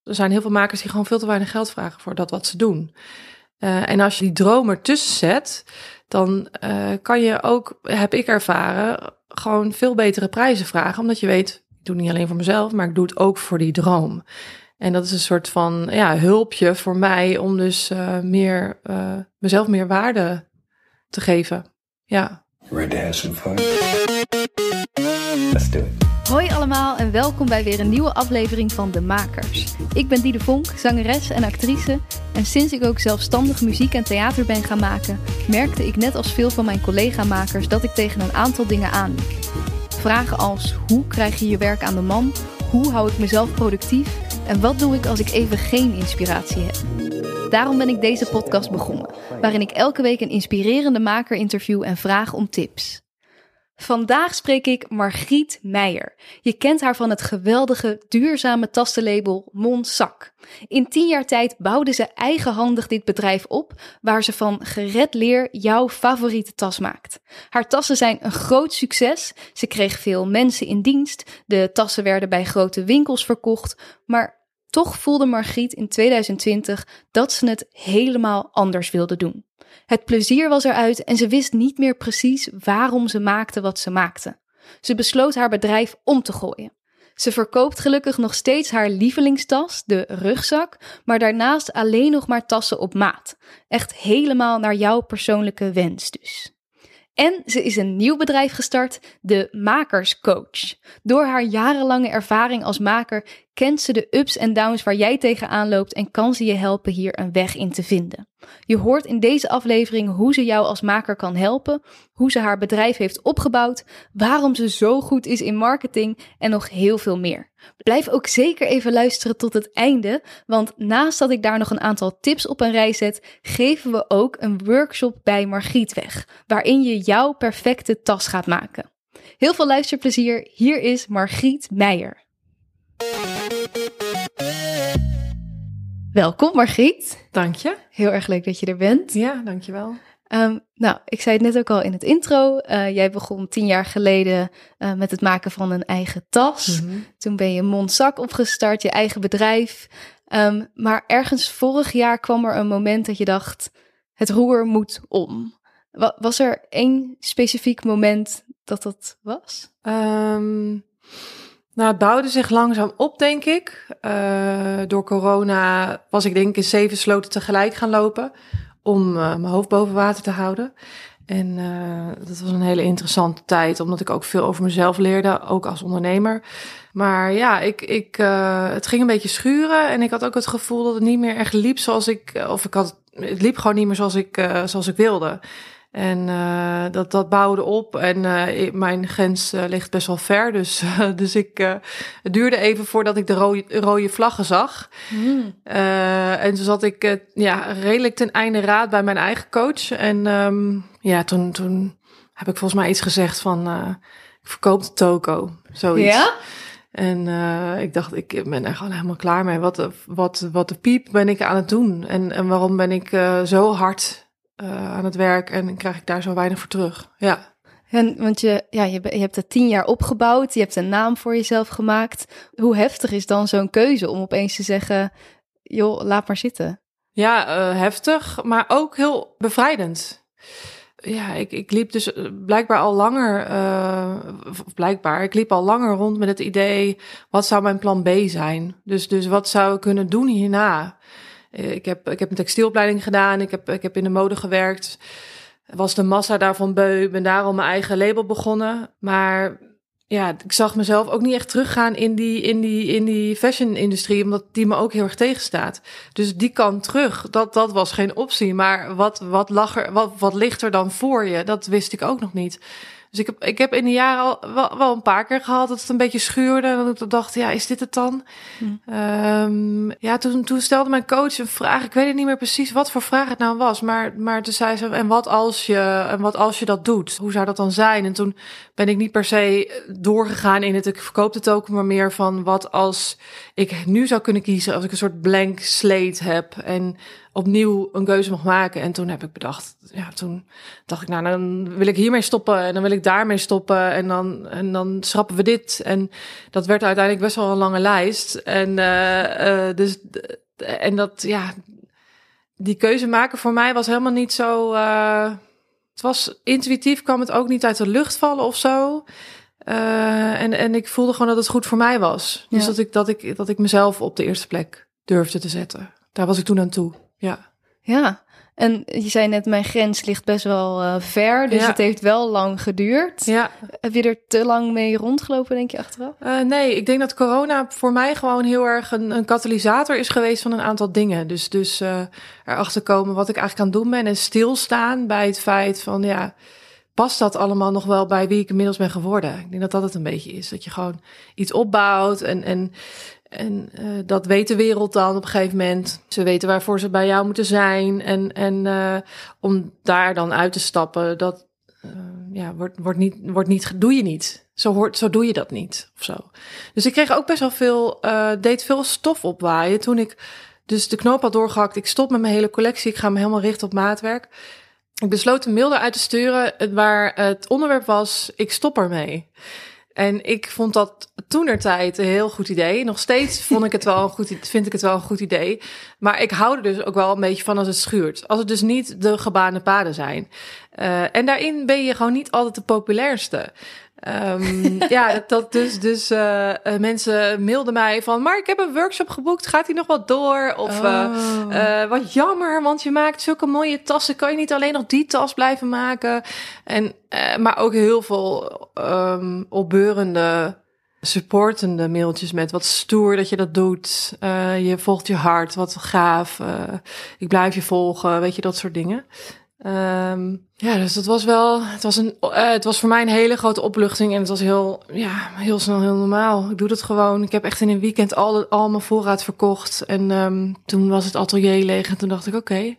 Er zijn heel veel makers die gewoon veel te weinig geld vragen voor dat wat ze doen. En als je die droom ertussen zet, dan kan je ook, heb ik ervaren, gewoon veel betere prijzen vragen. Omdat je weet, ik doe het niet alleen voor mezelf, maar ik doe het ook voor die droom. En dat is een soort van hulpje voor mij om dus mezelf meer waarde te geven. Ja. Ready to have some fun? Let's do it. Hoi allemaal en welkom bij weer een nieuwe aflevering van De Makers. Ik ben Diede Vonk, zangeres en actrice. En sinds ik ook zelfstandig muziek en theater ben gaan maken, merkte ik net als veel van mijn collega-makers dat ik tegen een aantal dingen aanliep. Vragen als: hoe krijg je je werk aan de man? Hoe hou ik mezelf productief? En wat doe ik als ik even geen inspiratie heb? Daarom ben ik deze podcast begonnen, waarin ik elke week een inspirerende maker interview en vraag om tips. Vandaag spreek ik Margriet Meijer. Je kent haar van het geweldige, duurzame tassenlabel Monsac. In 10 jaar tijd bouwde ze eigenhandig dit bedrijf op, waar ze van gered leer jouw favoriete tas maakt. Haar tassen zijn een groot succes. Ze kreeg veel mensen in dienst. De tassen werden bij grote winkels verkocht. Maar toch voelde Margriet in 2020 dat ze het helemaal anders wilde doen. Het plezier was eruit en ze wist niet meer precies waarom ze maakte wat ze maakte. Ze besloot haar bedrijf om te gooien. Ze verkoopt gelukkig nog steeds haar lievelingstas, de rugzak, maar daarnaast alleen nog maar tassen op maat. Echt helemaal naar jouw persoonlijke wens dus. En ze is een nieuw bedrijf gestart, de Makerscoach. Door haar jarenlange ervaring als maker kent ze de ups en downs waar jij tegenaan loopt en kan ze je helpen hier een weg in te vinden. Je hoort in deze aflevering hoe ze jou als maker kan helpen, hoe ze haar bedrijf heeft opgebouwd, waarom ze zo goed is in marketing en nog heel veel meer. Blijf ook zeker even luisteren tot het einde, want naast dat ik daar nog een aantal tips op een rij zet, geven we ook een workshop bij Margriet weg, waarin je jouw perfecte tas gaat maken. Heel veel luisterplezier, hier is Margriet Meijer. Welkom Margriet. Dank je. Heel erg leuk dat je er bent. Ja, dankjewel. Nou, ik zei het net ook al in het intro. Jij begon 10 jaar geleden met het maken van een eigen tas. Mm-hmm. Toen ben je Monsac opgestart, je eigen bedrijf. Maar ergens vorig jaar kwam er een moment dat je dacht, het roer moet om. Was er één specifiek moment dat was? Nou, het bouwde zich langzaam op, denk ik. Door corona was ik denk ik in 7 sloten tegelijk gaan lopen om mijn hoofd boven water te houden. En dat was een hele interessante tijd, omdat ik ook veel over mezelf leerde, ook als ondernemer. Maar ja, het ging een beetje schuren en ik had ook het gevoel dat het niet meer echt liep het liep gewoon niet meer zoals ik wilde. En dat bouwde op en mijn grens ligt best wel ver. Dus het duurde even voordat ik de rode vlaggen zag. Mm. En toen zat ik redelijk ten einde raad bij mijn eigen coach. En toen heb ik volgens mij iets gezegd van, ik verkoop de toko, zoiets. Ja? En ik dacht, ik ben er gewoon helemaal klaar mee. Wat de piep ben ik aan het doen? En waarom ben ik zo hard aan het werk en krijg ik daar zo weinig voor terug. Ja. Want je hebt het 10 jaar opgebouwd, je hebt een naam voor jezelf gemaakt. Hoe heftig is dan zo'n keuze om opeens te zeggen, joh, laat maar zitten? Ja, heftig, maar ook heel bevrijdend. Ja, ik liep dus blijkbaar al langer, ik liep al langer rond met het idee, wat zou mijn plan B zijn? Dus wat zou ik kunnen doen hierna? Ik heb een textielopleiding gedaan. Ik heb in de mode gewerkt. Was de massa daarvan beu. Ben daarom mijn eigen label begonnen. Maar ja, ik zag mezelf ook niet echt teruggaan in die fashion-industrie, omdat die me ook heel erg tegenstaat. Dus die kant terug, dat was geen optie. Maar wat ligt er dan voor je? Dat wist ik ook nog niet. Dus ik heb in de jaren al wel een paar keer gehad dat het een beetje schuurde. En dat ik dacht, ja, is dit het dan? Toen stelde mijn coach een vraag. Ik weet het niet meer precies wat voor vraag het nou was. Maar toen zei ze, en wat als je dat doet? Hoe zou dat dan zijn? En toen ben ik niet per se doorgegaan in het, ik verkoop het ook, maar meer van wat als ik nu zou kunnen kiezen, als ik een soort blank slate heb en opnieuw een keuze mag maken. En toen heb ik bedacht, toen dacht ik, nou, dan wil ik hiermee stoppen en dan wil ik daarmee stoppen en dan schrappen we dit. En dat werd uiteindelijk best wel een lange lijst. En die keuze maken voor mij was helemaal niet zo... het was intuïtief, kwam het ook niet uit de lucht vallen of zo. En ik voelde gewoon dat het goed voor mij was. Dus dat ik mezelf op de eerste plek durfde te zetten. Daar was ik toen aan toe, ja. Ja, en je zei net, mijn grens ligt best wel ver. Dus het heeft wel lang geduurd. Ja. Heb je er te lang mee rondgelopen, denk je, achteraf? Nee, ik denk dat corona voor mij gewoon heel erg een katalysator is geweest van een aantal dingen. Dus erachter komen wat ik eigenlijk aan het doen ben. En stilstaan bij het feit van, past dat allemaal nog wel bij wie ik inmiddels ben geworden? Ik denk dat dat het een beetje is. Dat je gewoon iets opbouwt en dat weet de wereld dan op een gegeven moment. Ze weten waarvoor ze bij jou moeten zijn. En om daar dan uit te stappen, dat wordt niet, doe je niet. Zo doe je dat niet, of zo. Dus ik kreeg ook best wel deed veel stof opwaaien. Toen ik dus de knoop had doorgehakt, ik stop met mijn hele collectie, ik ga me helemaal richten op maatwerk. Ik besloot een mail eruit te sturen waar het onderwerp was, ik stop ermee. En ik vond dat toenertijd een heel goed idee. Nog steeds vind ik het wel een goed idee. Maar ik hou er dus ook wel een beetje van als het schuurt. Als het dus niet de gebaande paden zijn. En daarin ben je gewoon niet altijd de populairste. Mensen mailden mij van, maar ik heb een workshop geboekt, gaat die nog wat door? Of wat jammer, want je maakt zulke mooie tassen, kan je niet alleen nog die tas blijven maken? Maar ook heel veel opbeurende, supportende mailtjes met wat stoer dat je dat doet. Je volgt je hart, wat gaaf. Ik blijf je volgen, weet je, dat soort dingen. Dus het was voor mij een hele grote opluchting en het was heel snel heel normaal. Ik doe dat gewoon. Ik heb echt in een weekend al mijn voorraad verkocht en toen was het atelier leeg en toen dacht ik oké.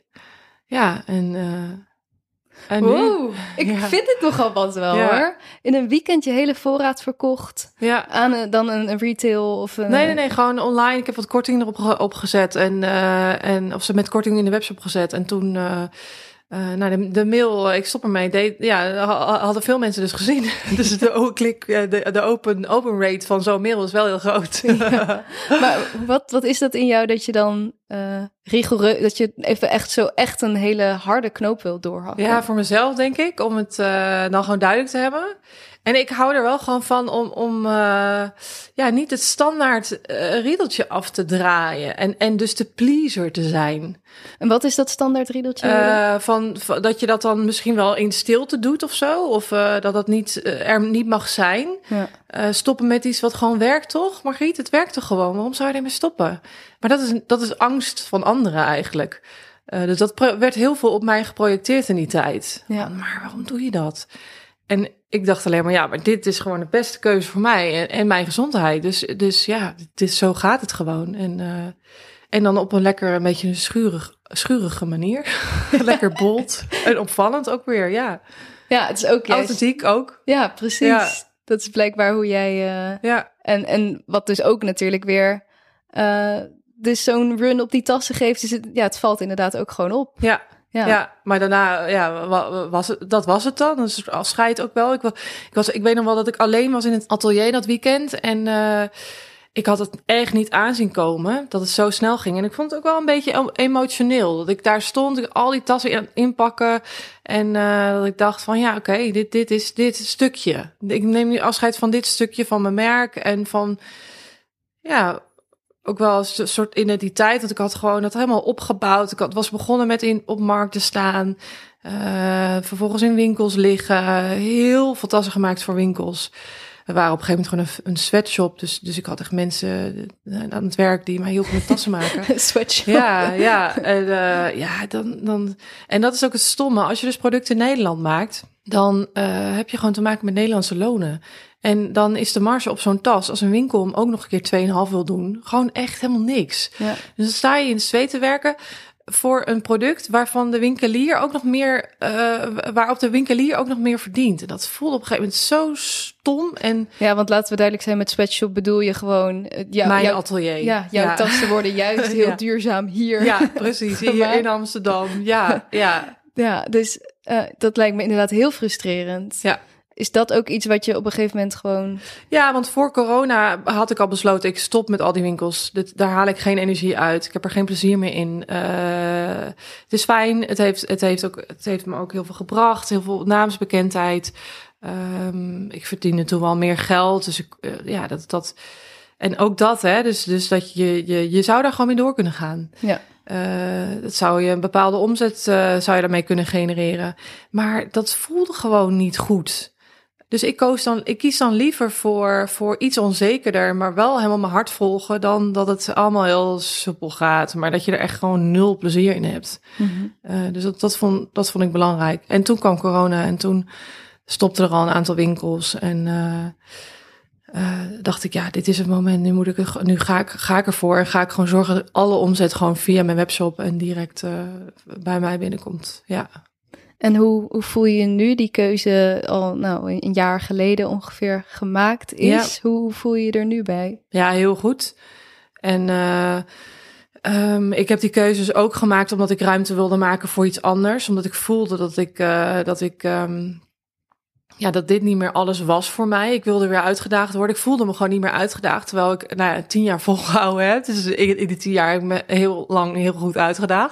Wow, ik vind het nogal wat wel hoor. In een weekend je hele voorraad verkocht. Ja. Aan dan een retail of een... Nee, gewoon online. Ik heb wat korting erop opgezet of ze met korting in de webshop gezet en toen... de mail, ik stop ermee, hadden veel mensen dus gezien. Dus de open rate van zo'n mail is wel heel groot. Ja. Maar wat is dat in jou dat je dan rigoureus, dat je even echt een hele harde knoop wil doorhakken? Ja, voor mezelf denk ik, om het dan gewoon duidelijk te hebben. En ik hou er wel gewoon van om niet het standaard riedeltje af te draaien. En dus de pleaser te zijn. En wat is dat standaard riedeltje? Dat je dat dan misschien wel in stilte doet of zo. Of dat dat er niet mag zijn. Ja. Stoppen met iets wat gewoon werkt, toch? Margriet, het werkt toch gewoon? Waarom zou je ermee stoppen? Maar dat is angst van anderen eigenlijk. Dus dat werd heel veel op mij geprojecteerd in die tijd. Ja. Maar waarom doe je dat? En ik dacht alleen maar, dit is gewoon de beste keuze voor mij en mijn gezondheid. Dus zo gaat het gewoon. En dan op een beetje een schurige manier. Lekker bold en opvallend ook weer, ja. Ja, het is ook authentiek ook. Ja, precies. Ja. Dat is blijkbaar hoe jij... En wat dus ook natuurlijk weer... dus zo'n run op die tassen geeft, dus het valt inderdaad ook gewoon op. Ja, maar daarna was het dan. Dus afscheid ook wel. Ik weet nog wel dat ik alleen was in het atelier dat weekend. En ik had het echt niet aanzien komen dat het zo snel ging. En ik vond het ook wel een beetje emotioneel. Dat ik daar stond, ik al die tassen inpakken. En dat ik dacht van oké, dit is dit stukje. Ik neem nu afscheid van dit stukje van mijn merk. En van ook wel een soort identiteit. Dat ik had gewoon dat helemaal opgebouwd. Ik was begonnen met op markt te staan. Vervolgens in winkels liggen. Heel veel tassen gemaakt voor winkels. We waren op een gegeven moment gewoon een sweatshop. Dus ik had echt mensen aan het werk die mij hielpen met tassen maken. Een sweatshop. Ja. En dat is ook het stomme. Als je dus producten in Nederland maakt, dan heb je gewoon te maken met Nederlandse lonen. En dan is de marge op zo'n tas, als een winkel hem ook nog een keer 2,5 wil doen, gewoon echt helemaal niks. Ja. Dus dan sta je in de zweet te werken voor een product waarvan de winkelier ook nog meer, waarop de winkelier ook nog meer verdient. En dat voelde op een gegeven moment zo stom. Ja, want laten we duidelijk zijn, met sweatshop bedoel je gewoon mijn atelier. Ja, jouw tassen worden juist heel duurzaam hier. Ja, precies. Hier in Amsterdam. Ja. Ja, dus dat lijkt me inderdaad heel frustrerend. Ja. is dat ook iets wat je op een gegeven moment gewoon... Ja, want voor corona had ik al besloten, ik stop met al die winkels. Daar haal ik geen energie uit. Ik heb er geen plezier meer in. Het is fijn. Het heeft me ook heel veel gebracht. Heel veel naamsbekendheid. Ik verdiende toen wel meer geld. Dus en ook dat, hè. Dus dat je zou daar gewoon mee door kunnen gaan. Ja. Dat zou je een bepaalde omzet zou je daarmee kunnen genereren. Maar dat voelde gewoon niet goed. Dus ik kies dan liever voor iets onzekerder, maar wel helemaal mijn hart volgen, dan dat het allemaal heel soepel gaat, maar dat je er echt gewoon 0 plezier in hebt. Mm-hmm. Dus dat vond ik belangrijk. En toen kwam corona en toen stopte er al een aantal winkels en dacht ik, ja, dit is het moment. Nu ga ik ervoor en ga ik gewoon zorgen dat alle omzet gewoon via mijn webshop en direct bij mij binnenkomt. Ja. En hoe voel je je nu? Die keuze al een jaar geleden ongeveer gemaakt is. Ja. Hoe voel je je er nu bij? Ja, heel goed. En ik heb die keuzes ook gemaakt omdat ik ruimte wilde maken voor iets anders. Omdat ik voelde dat dit niet meer alles was voor mij. Ik wilde weer uitgedaagd worden. Ik voelde me gewoon niet meer uitgedaagd. Terwijl ik 10 jaar volgehouden heb. Dus in die 10 jaar heb ik me heel lang heel goed uitgedaagd.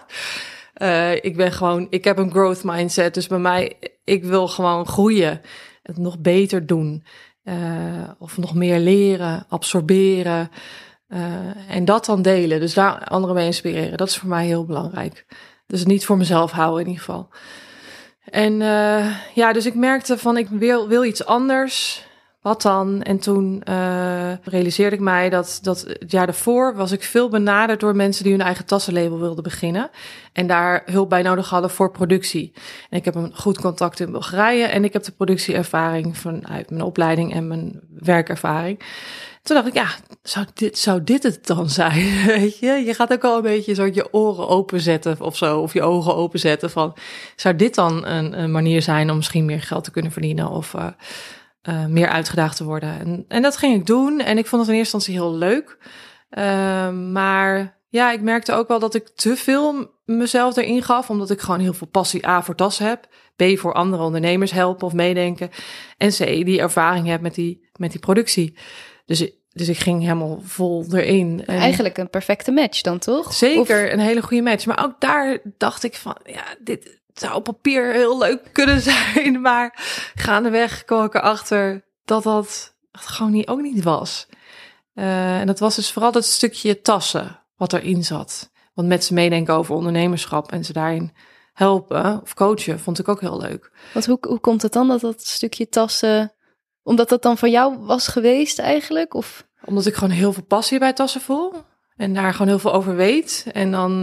Ik heb een growth mindset. Dus bij mij, ik wil gewoon groeien. Het nog beter doen. Of nog meer leren, absorberen. En dat dan delen. Dus daar anderen mee inspireren. Dat is voor mij heel belangrijk. Dus niet voor mezelf houden in ieder geval. En dus ik merkte van ik wil iets anders. Wat dan? En toen realiseerde ik mij dat het jaar daarvoor was ik veel benaderd door mensen die hun eigen tassenlabel wilden beginnen. En daar hulp bij nodig hadden voor productie. En ik heb een goed contact in Bulgarije en ik heb de productieervaring vanuit mijn opleiding en mijn werkervaring. Toen dacht ik, ja, zou dit het dan zijn? Weet je? Je gaat ook al een beetje zo je oren openzetten of zo, of je ogen openzetten van, zou dit dan een manier zijn om misschien meer geld te kunnen verdienen of meer uitgedaagd te worden? En dat ging ik doen en ik vond het in eerste instantie heel leuk. Maar ja, ik merkte ook wel dat ik te veel mezelf erin gaf, omdat ik gewoon heel veel passie A voor tassen heb, B voor andere ondernemers helpen of meedenken en C die ervaring heb met die productie. Dus ik ging helemaal vol erin. En eigenlijk een perfecte match dan, toch? Zeker, een hele goede match. Maar ook daar dacht ik van, ja, dit zou op papier heel leuk kunnen zijn. Maar gaandeweg kwam ik erachter dat gewoon ook niet was. En dat was dus vooral dat stukje tassen wat erin zat. Want met ze meedenken over ondernemerschap en ze daarin helpen of coachen, vond ik ook heel leuk. Want hoe komt het dan dat stukje tassen, omdat dat dan van jou was geweest eigenlijk? Of? Omdat ik gewoon heel veel passie bij tassen voel. En daar gewoon heel veel over weet. En dan,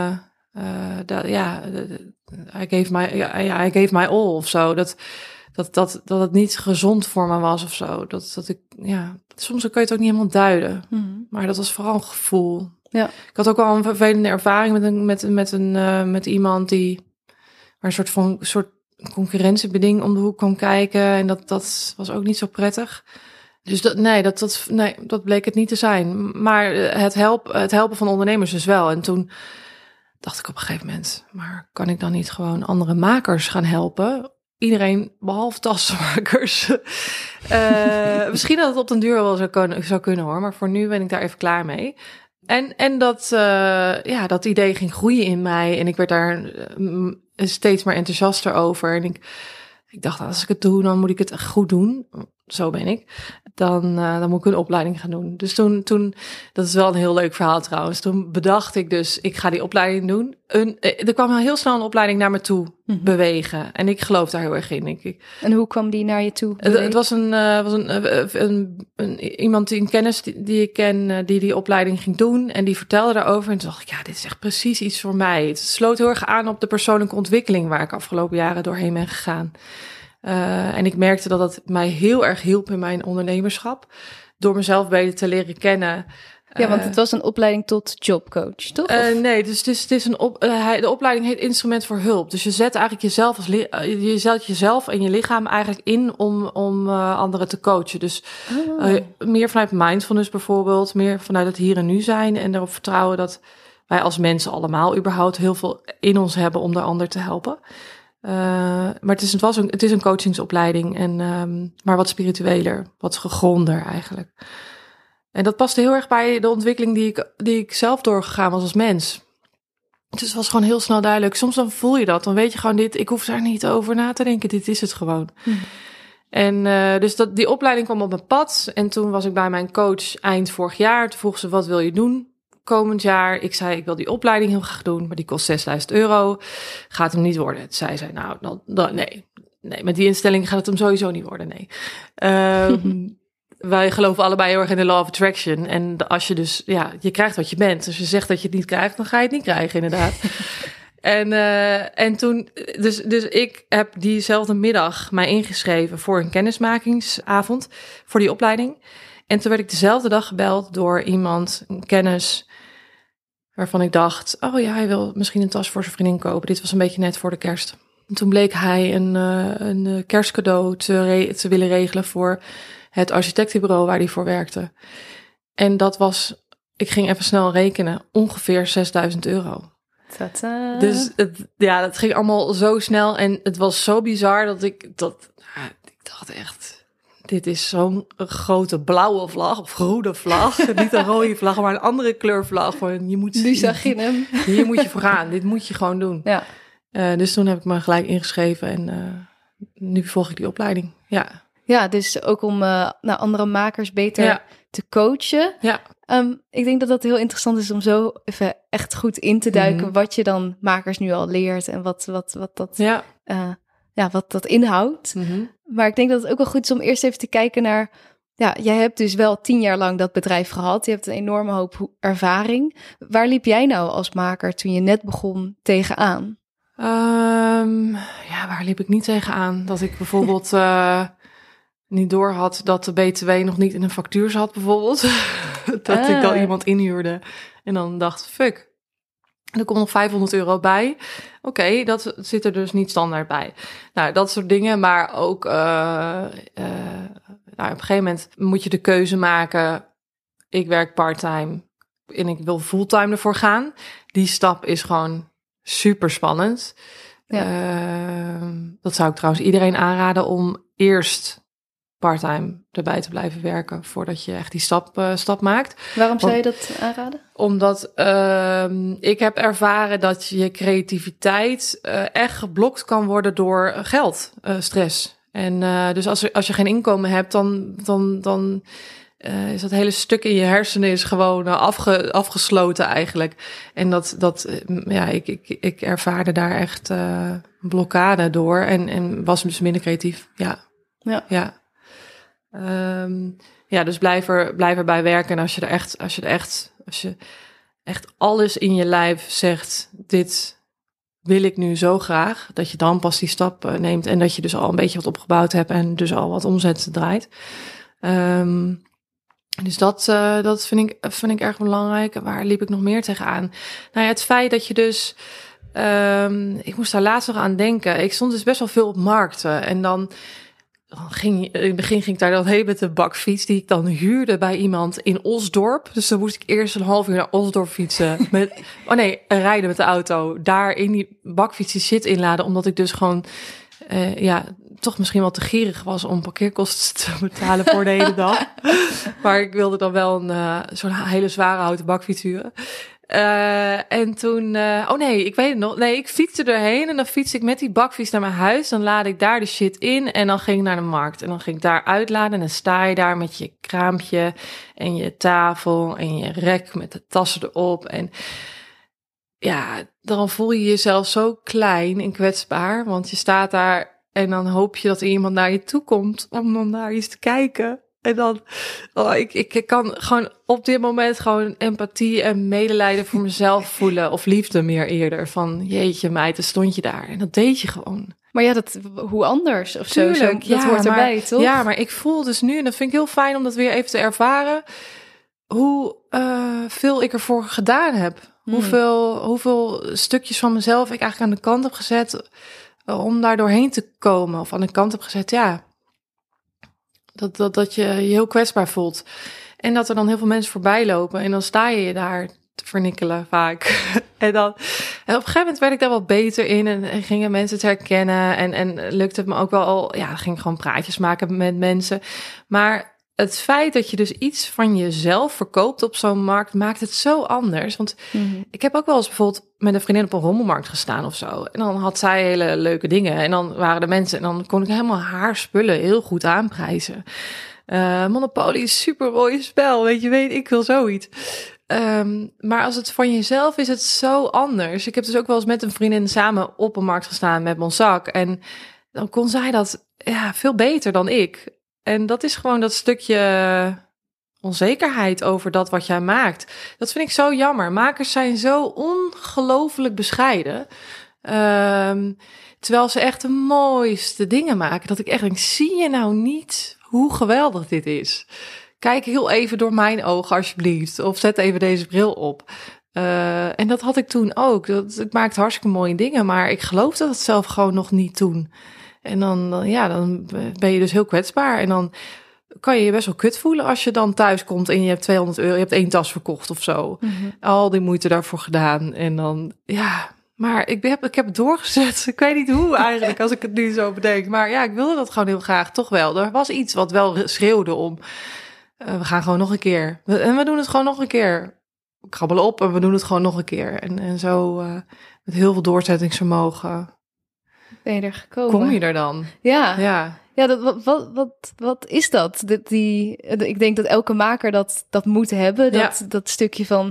I gave my all of zo. Dat het niet gezond voor me was of zo. Soms kan je het ook niet helemaal duiden. Mm-hmm. Maar dat was vooral een gevoel. Ja. Ik had ook wel een vervelende ervaring met iemand waar een soort concurrentiebeding om de hoek kwam kijken. En dat was ook niet zo prettig. Dus dat bleek het niet te zijn. Maar het helpen van ondernemers dus wel. En toen dacht ik op een gegeven moment, maar kan ik dan niet gewoon andere makers gaan helpen? Iedereen behalve tassenmakers. Misschien dat het op den duur wel zou kunnen hoor. Maar voor nu ben ik daar even klaar mee. En dat idee ging groeien in mij. En ik werd daar steeds meer enthousiaster over. En ik dacht, als ik het doe, dan moet ik het goed doen. Zo ben ik. Dan moet ik een opleiding gaan doen. Dus toen, dat is wel een heel leuk verhaal trouwens. Toen bedacht ik dus, ik ga die opleiding doen. Er kwam heel snel een opleiding naar me toe bewegen. En ik geloof daar heel erg in, denk ik. En hoe kwam die naar je toe? Het was iemand die een kennis die ik ken, die opleiding ging doen. En die vertelde daarover. En toen dacht ik, ja, dit is echt precies iets voor mij. Het sloot heel erg aan op de persoonlijke ontwikkeling waar ik afgelopen jaren doorheen ben gegaan. En ik merkte dat het mij heel erg hielp in mijn ondernemerschap. Door mezelf beter te leren kennen. Ja, want het was een opleiding tot jobcoach, toch? Nee, dus het is de opleiding heet Instrument voor Hulp. Dus je zet eigenlijk jezelf en je lichaam eigenlijk in om anderen te coachen. Dus meer vanuit mindfulness bijvoorbeeld. Meer vanuit het hier en nu zijn. En erop vertrouwen dat wij als mensen allemaal überhaupt heel veel in ons hebben om de ander te helpen. Maar het is een coachingsopleiding. Maar wat spiritueler, wat gegronder eigenlijk. En dat paste heel erg bij de ontwikkeling die ik zelf doorgegaan was als mens. Dus het was gewoon heel snel duidelijk. Soms dan voel je dat. Dan weet je gewoon ik hoef daar niet over na te denken. Dit is het gewoon. En dus die opleiding kwam op mijn pad. En toen was ik bij mijn coach eind vorig jaar. Toen vroeg ze, wat wil je doen komend jaar? Ik zei, ik wil die opleiding heel graag doen. Maar die kost €6.000. Gaat hem niet worden. Toen zei zij, nee, met die instelling gaat het hem sowieso niet worden. Nee. Wij geloven allebei heel erg in de law of attraction. En als je dus, je krijgt wat je bent. Als je zegt dat je het niet krijgt, dan ga je het niet krijgen, inderdaad. En toen, dus ik heb diezelfde middag mij ingeschreven voor een kennismakingsavond voor die opleiding. En toen werd ik dezelfde dag gebeld door iemand, een kennis, waarvan ik dacht, oh ja, hij wil misschien een tas voor zijn vriendin kopen. Dit was een beetje net voor de kerst. En toen bleek hij een kerstcadeau te willen regelen voor het architectenbureau waar hij voor werkte. En dat was, ik ging even snel rekenen, ongeveer €6.000. Tada. Dus dat ging allemaal zo snel en het was zo bizar dat ik dacht echt, dit is zo'n grote blauwe vlag of groene vlag. Niet een rode vlag, maar een andere kleurvlag. Nu zag je hem. Hier moet je voor gaan, dit moet je gewoon doen. Ja. Dus toen heb ik me gelijk ingeschreven en nu volg ik die opleiding. Ja. Ja, dus ook om andere makers beter te coachen. Ja. Ik denk dat dat heel interessant is om zo even echt goed in te duiken wat je dan makers nu al leert en wat dat inhoudt. Maar ik denk dat het ook wel goed is om eerst even te kijken naar, jij hebt dus wel 10 jaar lang dat bedrijf gehad. Je hebt een enorme hoop ervaring. Waar liep jij nou als maker toen je net begon tegenaan? Waar liep ik niet tegenaan? Dat ik bijvoorbeeld niet door had dat de BTW nog niet in een factuur zat, bijvoorbeeld. Dat ik dan iemand inhuurde en dan dacht, fuck, er komt nog €500 bij. Oké, dat zit er dus niet standaard bij. Nou, dat soort dingen, maar ook op een gegeven moment moet je de keuze maken. Ik werk part-time en ik wil fulltime ervoor gaan. Die stap is gewoon super spannend. Dat zou ik trouwens iedereen aanraden om eerst part-time erbij te blijven werken voordat je echt die stap maakt. Waarom zou je dat aanraden? Omdat ik heb ervaren dat je creativiteit echt geblokt kan worden door geld, stress. En dus als je geen inkomen hebt, dan is dat hele stuk in je hersenen is gewoon afgesloten eigenlijk. En ik ervaarde daar echt een blokkade door en was dus minder creatief. Dus blijf erbij werken. En als je echt alles in je lijf zegt, dit wil ik nu zo graag, dat je dan pas die stap neemt en dat je dus al een beetje wat opgebouwd hebt en dus al wat omzet draait. Dus dat vind ik erg belangrijk. Waar liep ik nog meer tegenaan? Nou ja, het feit dat je dus, ik moest daar laatst nog aan denken. Ik stond dus best wel veel op markten en dan in het begin ging ik daar dan heen met de bakfiets die ik dan huurde bij iemand in Osdorp. Dus dan moest ik eerst een half uur naar Osdorp fietsen. Rijden met de auto. Daar in die bakfiets die shit inladen. Omdat ik dus gewoon, toch misschien wel te gierig was om parkeerkosten te betalen voor de hele dag. Maar ik wilde dan wel zo'n hele zware houten bakfiets huren. En toen, ik weet het nog. Nee, ik fietste erheen en dan fietste ik met die bakfiets naar mijn huis. Dan laadde ik daar de shit in en dan ging ik naar de markt. En dan ging ik daar uitladen en dan sta je daar met je kraampje en je tafel en je rek met de tassen erop. En dan voel je jezelf zo klein en kwetsbaar, want je staat daar en dan hoop je dat er iemand naar je toe komt om dan naar iets te kijken. En dan, ik kan gewoon op dit moment gewoon empathie en medelijden voor mezelf voelen. Of liefde meer eerder. Van jeetje meid, dan stond je daar. En dat deed je gewoon. Maar hoe anders of zo. Dat hoort erbij, toch? Ja, maar ik voel dus nu, en dat vind ik heel fijn om dat weer even te ervaren, hoe veel ik ervoor gedaan heb. Hoeveel stukjes van mezelf ik eigenlijk aan de kant heb gezet om daar doorheen te komen. Of aan de kant heb gezet, dat je je heel kwetsbaar voelt. En dat er dan heel veel mensen voorbij lopen. En dan sta je daar te vernikkelen vaak. En En op een gegeven moment werd ik daar wel beter in en gingen mensen het herkennen. En lukte het me ook wel al, ging gewoon praatjes maken met mensen. Maar het feit dat je dus iets van jezelf verkoopt op zo'n markt, maakt het zo anders. Want ik heb ook wel eens bijvoorbeeld met een vriendin op een rommelmarkt gestaan of zo. En dan had zij hele leuke dingen. En dan waren de mensen, en dan kon ik helemaal haar spullen heel goed aanprijzen. Monopoly is super mooi spel, weet ik wil zoiets. Maar als het van jezelf is het zo anders. Ik heb dus ook wel eens met een vriendin samen op een markt gestaan met Monsac. En dan kon zij dat veel beter dan ik. En dat is gewoon dat stukje onzekerheid over dat wat jij maakt. Dat vind ik zo jammer. Makers zijn zo ongelooflijk bescheiden. Terwijl ze echt de mooiste dingen maken. Dat ik echt denk, zie je nou niet hoe geweldig dit is? Kijk heel even door mijn ogen alsjeblieft. Of zet even deze bril op. En dat had ik toen ook. Ik maakte hartstikke mooie dingen. Maar ik geloofde dat zelf gewoon nog niet toen. En dan ben je dus heel kwetsbaar. En dan kan je je best wel kut voelen als je dan thuis komt en je hebt €200. Je hebt 1 tas verkocht of zo. Mm-hmm. Al die moeite daarvoor gedaan. En dan, maar ik heb het doorgezet. Ik weet niet hoe eigenlijk, als ik het nu zo bedenk. Maar ik wilde dat gewoon heel graag, toch wel. Er was iets wat wel schreeuwde om, we gaan gewoon nog een keer. En we doen het gewoon nog een keer. We krabbelen op en we doen het gewoon nog een keer. En zo met heel veel doorzettingsvermogen. Ben je er gekomen? Kom je er dan? Ja, wat is dat? Ik denk dat elke maker dat moet hebben. Dat stukje van,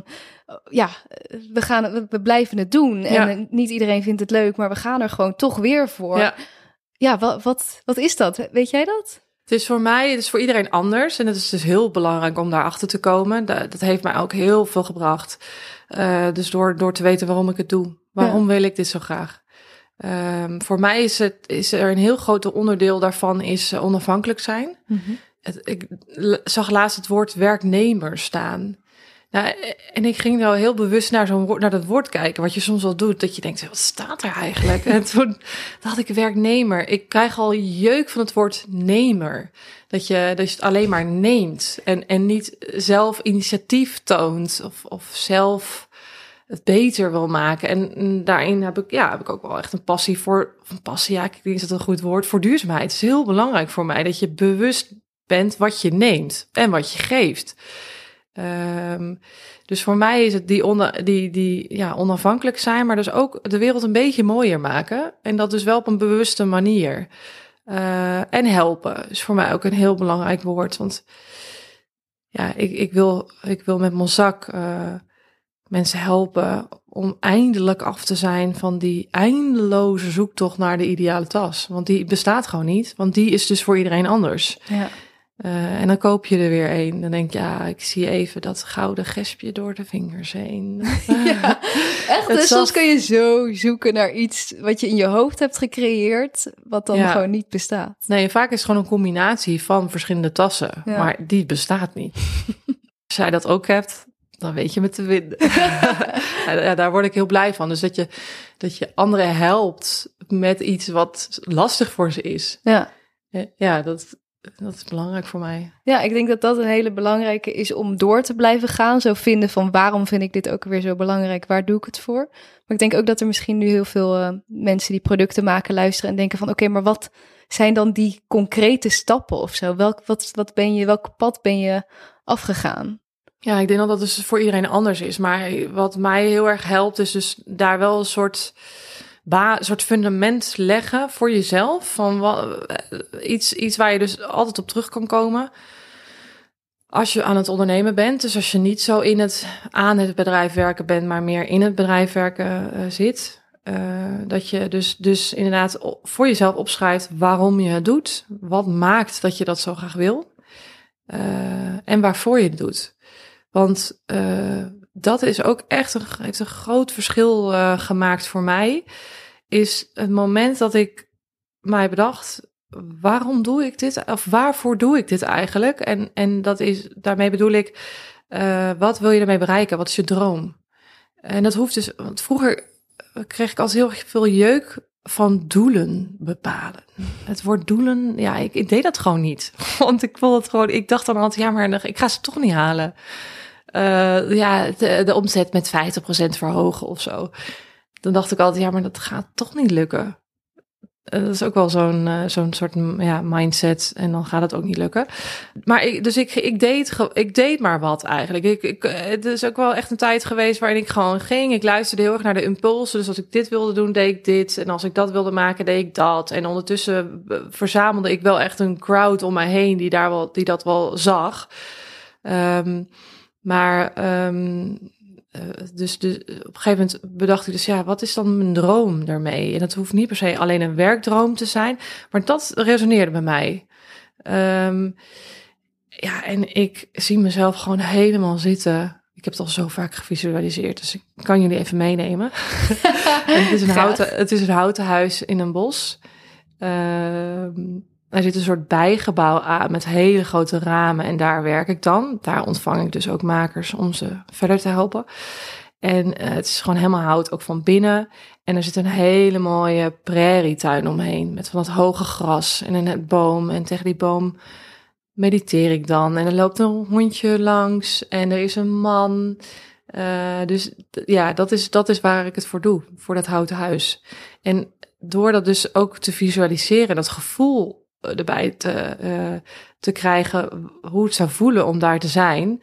we blijven het doen. Ja. En niet iedereen vindt het leuk, maar we gaan er gewoon toch weer voor. Ja, wat is dat? Weet jij dat? Het is voor mij, het is voor iedereen anders. En het is dus heel belangrijk om daarachter te komen. Dat heeft mij ook heel veel gebracht. Dus door te weten waarom ik het doe. Waarom wil ik dit zo graag? Voor mij is er een heel groot onderdeel daarvan is onafhankelijk zijn. Mm-hmm. Ik zag laatst het woord werknemer staan. Nou, en ik ging nou heel bewust naar dat woord kijken, wat je soms wel doet, dat je denkt, wat staat er eigenlijk? En toen dacht ik, werknemer. Ik krijg al jeuk van het woord nemer. Dat je het alleen maar neemt en niet zelf initiatief toont of zelf het beter wil maken. En daarin heb ik ook wel echt een passie voor, ik denk dat het een goed woord, voor duurzaamheid. Het is heel belangrijk voor mij dat je bewust bent wat je neemt en wat je geeft. Dus voor mij is het die onafhankelijk zijn, maar dus ook de wereld een beetje mooier maken. En dat dus wel op een bewuste manier. En helpen is voor mij ook een heel belangrijk woord. Want ik wil met Monsac mensen helpen om eindelijk af te zijn van die eindeloze zoektocht naar de ideale tas. Want die bestaat gewoon niet, want die is dus voor iedereen anders. Ja. En dan koop je er weer een. Dan denk je, ik zie even dat gouden gespje door de vingers heen. Ja, echt. Dus soms kun je zo zoeken naar iets wat je in je hoofd hebt gecreëerd, wat dan gewoon niet bestaat. Nee, vaak is het gewoon een combinatie van verschillende tassen, maar die bestaat niet. Als jij dat ook hebt, dan weet je me te vinden. Daar word ik heel blij van. Dus dat je anderen helpt met iets wat lastig voor ze is. Ja, dat is belangrijk voor mij. Ja, ik denk dat dat een hele belangrijke is om door te blijven gaan. Zo vinden van, waarom vind ik dit ook weer zo belangrijk? Waar doe ik het voor? Maar ik denk ook dat er misschien nu heel veel mensen die producten maken luisteren en denken van, oké, maar wat zijn dan die concrete stappen of zo? Welk pad ben je afgegaan? Ja, ik denk dat dat dus voor iedereen anders is. Maar wat mij heel erg helpt, is dus daar wel een soort fundament leggen voor jezelf. Van iets waar je dus altijd op terug kan komen als je aan het ondernemen bent. Dus als je niet zo aan het bedrijf werken bent, maar meer in het bedrijf werken zit. Dat je dus inderdaad voor jezelf opschrijft waarom je het doet. Wat maakt dat je dat zo graag wil. En waarvoor je het doet. Want dat is ook echt heeft een groot verschil gemaakt voor mij. Is het moment dat ik mij bedacht, waarom doe ik dit? Of waarvoor doe ik dit eigenlijk? En daarmee bedoel ik, wat wil je ermee bereiken? Wat is je droom? En dat hoeft dus, want vroeger kreeg ik altijd heel erg veel jeuk van doelen bepalen. Het woord doelen, ik deed dat gewoon niet. Want ik dacht dan altijd, maar ik ga ze toch niet halen. De omzet met 50% verhogen of zo. dan dacht ik altijd, ja, maar dat gaat toch niet lukken. Dat is ook wel zo'n soort mindset. En dan gaat het ook niet lukken. Maar ik deed maar wat eigenlijk. Het is ook wel echt een tijd geweest waarin ik gewoon ging. Ik luisterde heel erg naar de impulsen. Dus als ik dit wilde doen, deed ik dit. En als ik dat wilde maken, deed ik dat. En ondertussen verzamelde ik wel echt een crowd om mij heen die dat wel zag. Dus op een gegeven moment bedacht ik dus, ja, wat is dan mijn droom daarmee? En dat hoeft niet per se alleen een werkdroom te zijn, maar dat resoneerde bij mij. En ik zie mezelf gewoon helemaal zitten. Ik heb het al zo vaak gevisualiseerd, dus ik kan jullie even meenemen. Het is een houten huis in een bos. Er zit een soort bijgebouw aan met hele grote ramen en daar werk ik dan. Daar ontvang ik dus ook makers om ze verder te helpen. En het is gewoon helemaal hout, ook van binnen. En er zit een hele mooie prairietuin omheen met van dat hoge gras en een boom. En tegen die boom mediteer ik dan. En er loopt een hondje langs en er is een man. Dus ja, dat is waar ik het voor doe, voor dat houten huis. En door dat dus ook te visualiseren, dat gevoel erbij te krijgen, hoe het zou voelen om daar te zijn.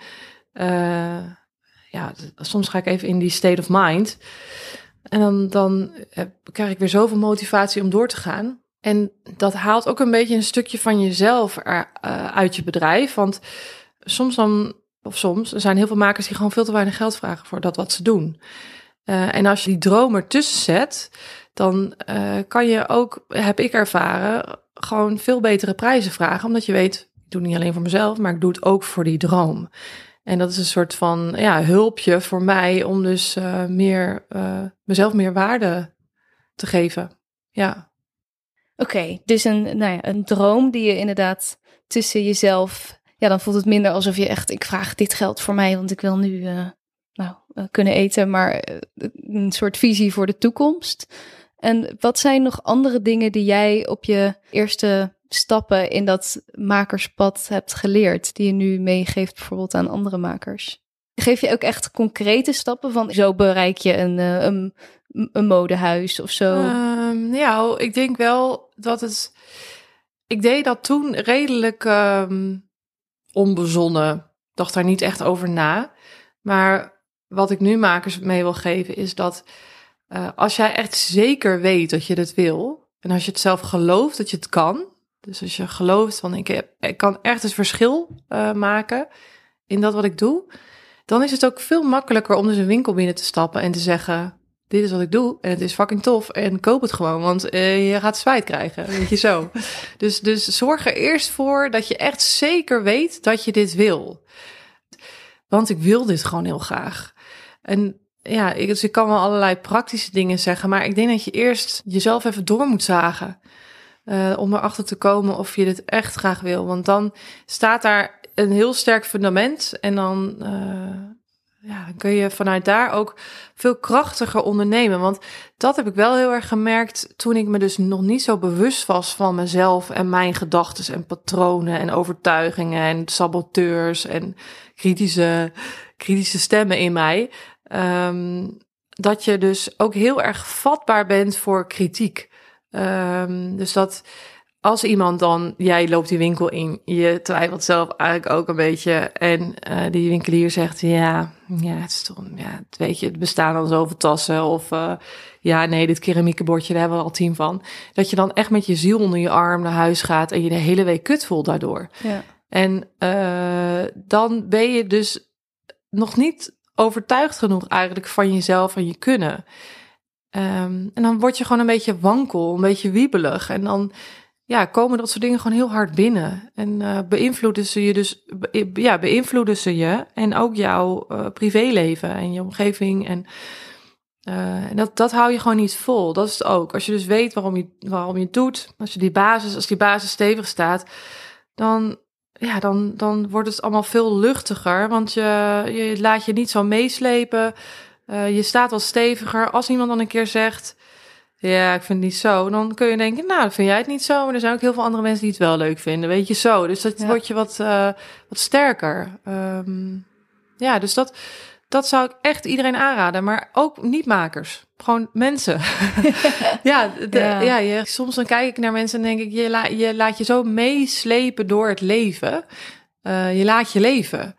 Soms ga ik even in die state of mind. En dan krijg ik weer zoveel motivatie om door te gaan. En dat haalt ook een beetje een stukje van jezelf uit je bedrijf. Want soms er zijn heel veel makers die gewoon veel te weinig geld vragen voor dat wat ze doen. En als je die droom ertussen zet, dan kan je ook, heb ik ervaren, gewoon veel betere prijzen vragen. Omdat je weet, ik doe het niet alleen voor mezelf, maar ik doe het ook voor die droom. En dat is een soort van hulpje voor mij om dus mezelf meer waarde te geven. Ja. Oké, dus een droom die je inderdaad tussen jezelf... Ja, dan voelt het minder alsof je echt... Ik vraag dit geld voor mij, want ik wil nu kunnen eten. Maar een soort visie voor de toekomst. En wat zijn nog andere dingen die jij op je eerste stappen in dat makerspad hebt geleerd, die je nu meegeeft bijvoorbeeld aan andere makers? Geef je ook echt concrete stappen van zo bereik je een modehuis of zo? Ik denk wel dat ik deed dat toen redelijk onbezonnen. Dacht daar niet echt over na. Maar wat ik nu makers mee wil geven is dat als jij echt zeker weet dat je dit wil, en als je het zelf gelooft dat je het kan, dus als je gelooft van ik kan echt het verschil maken in dat wat ik doe, dan is het ook veel makkelijker om dus een winkel binnen te stappen en te zeggen, dit is wat ik doe en het is fucking tof en koop het gewoon, want je gaat spijt krijgen, weet je zo. Dus zorg er eerst voor dat je echt zeker weet dat je dit wil. Want ik wil dit gewoon heel graag. En ja, ik kan wel allerlei praktische dingen zeggen, maar ik denk dat je eerst jezelf even door moet zagen. Om erachter te komen of je dit echt graag wil. Want dan staat daar een heel sterk fundament. En dan kun je vanuit daar ook veel krachtiger ondernemen. Want dat heb ik wel heel erg gemerkt toen ik me dus nog niet zo bewust was van mezelf en mijn gedachten en patronen en overtuigingen en saboteurs en kritische stemmen in mij. Dat je dus ook heel erg vatbaar bent voor kritiek. Dus dat als iemand dan, jij loopt die winkel in, je twijfelt zelf eigenlijk ook een beetje. En die winkelier zegt, het is toch, weet je, het bestaan al zoveel tassen. Of dit keramieke bordje, daar hebben we al 10 van. Dat je dan echt met je ziel onder je arm naar huis gaat en je de hele week kut voelt daardoor. Ja. En dan ben je dus nog niet overtuigd genoeg eigenlijk van jezelf en je kunnen. En dan word je gewoon een beetje wankel, een beetje wiebelig. En dan komen dat soort dingen gewoon heel hard binnen. En beïnvloeden ze je en ook jouw privéleven en je omgeving. En dat hou je gewoon niet vol. Dat is het ook. Als je dus weet waarom je het doet, als die basis stevig staat, dan wordt het allemaal veel luchtiger. Want je laat je niet zo meeslepen. Je staat wat steviger. Als iemand dan een keer zegt, ja, ik vind het niet zo, dan kun je denken, nou, dan vind jij het niet zo. Maar er zijn ook heel veel andere mensen die het wel leuk vinden, weet je zo. Dus dat wordt je wat sterker. Dus dat zou ik echt iedereen aanraden. Maar ook niet-makers. Gewoon mensen. Soms dan kijk ik naar mensen en denk ik... je laat je zo meeslepen door het leven. Je laat je leven.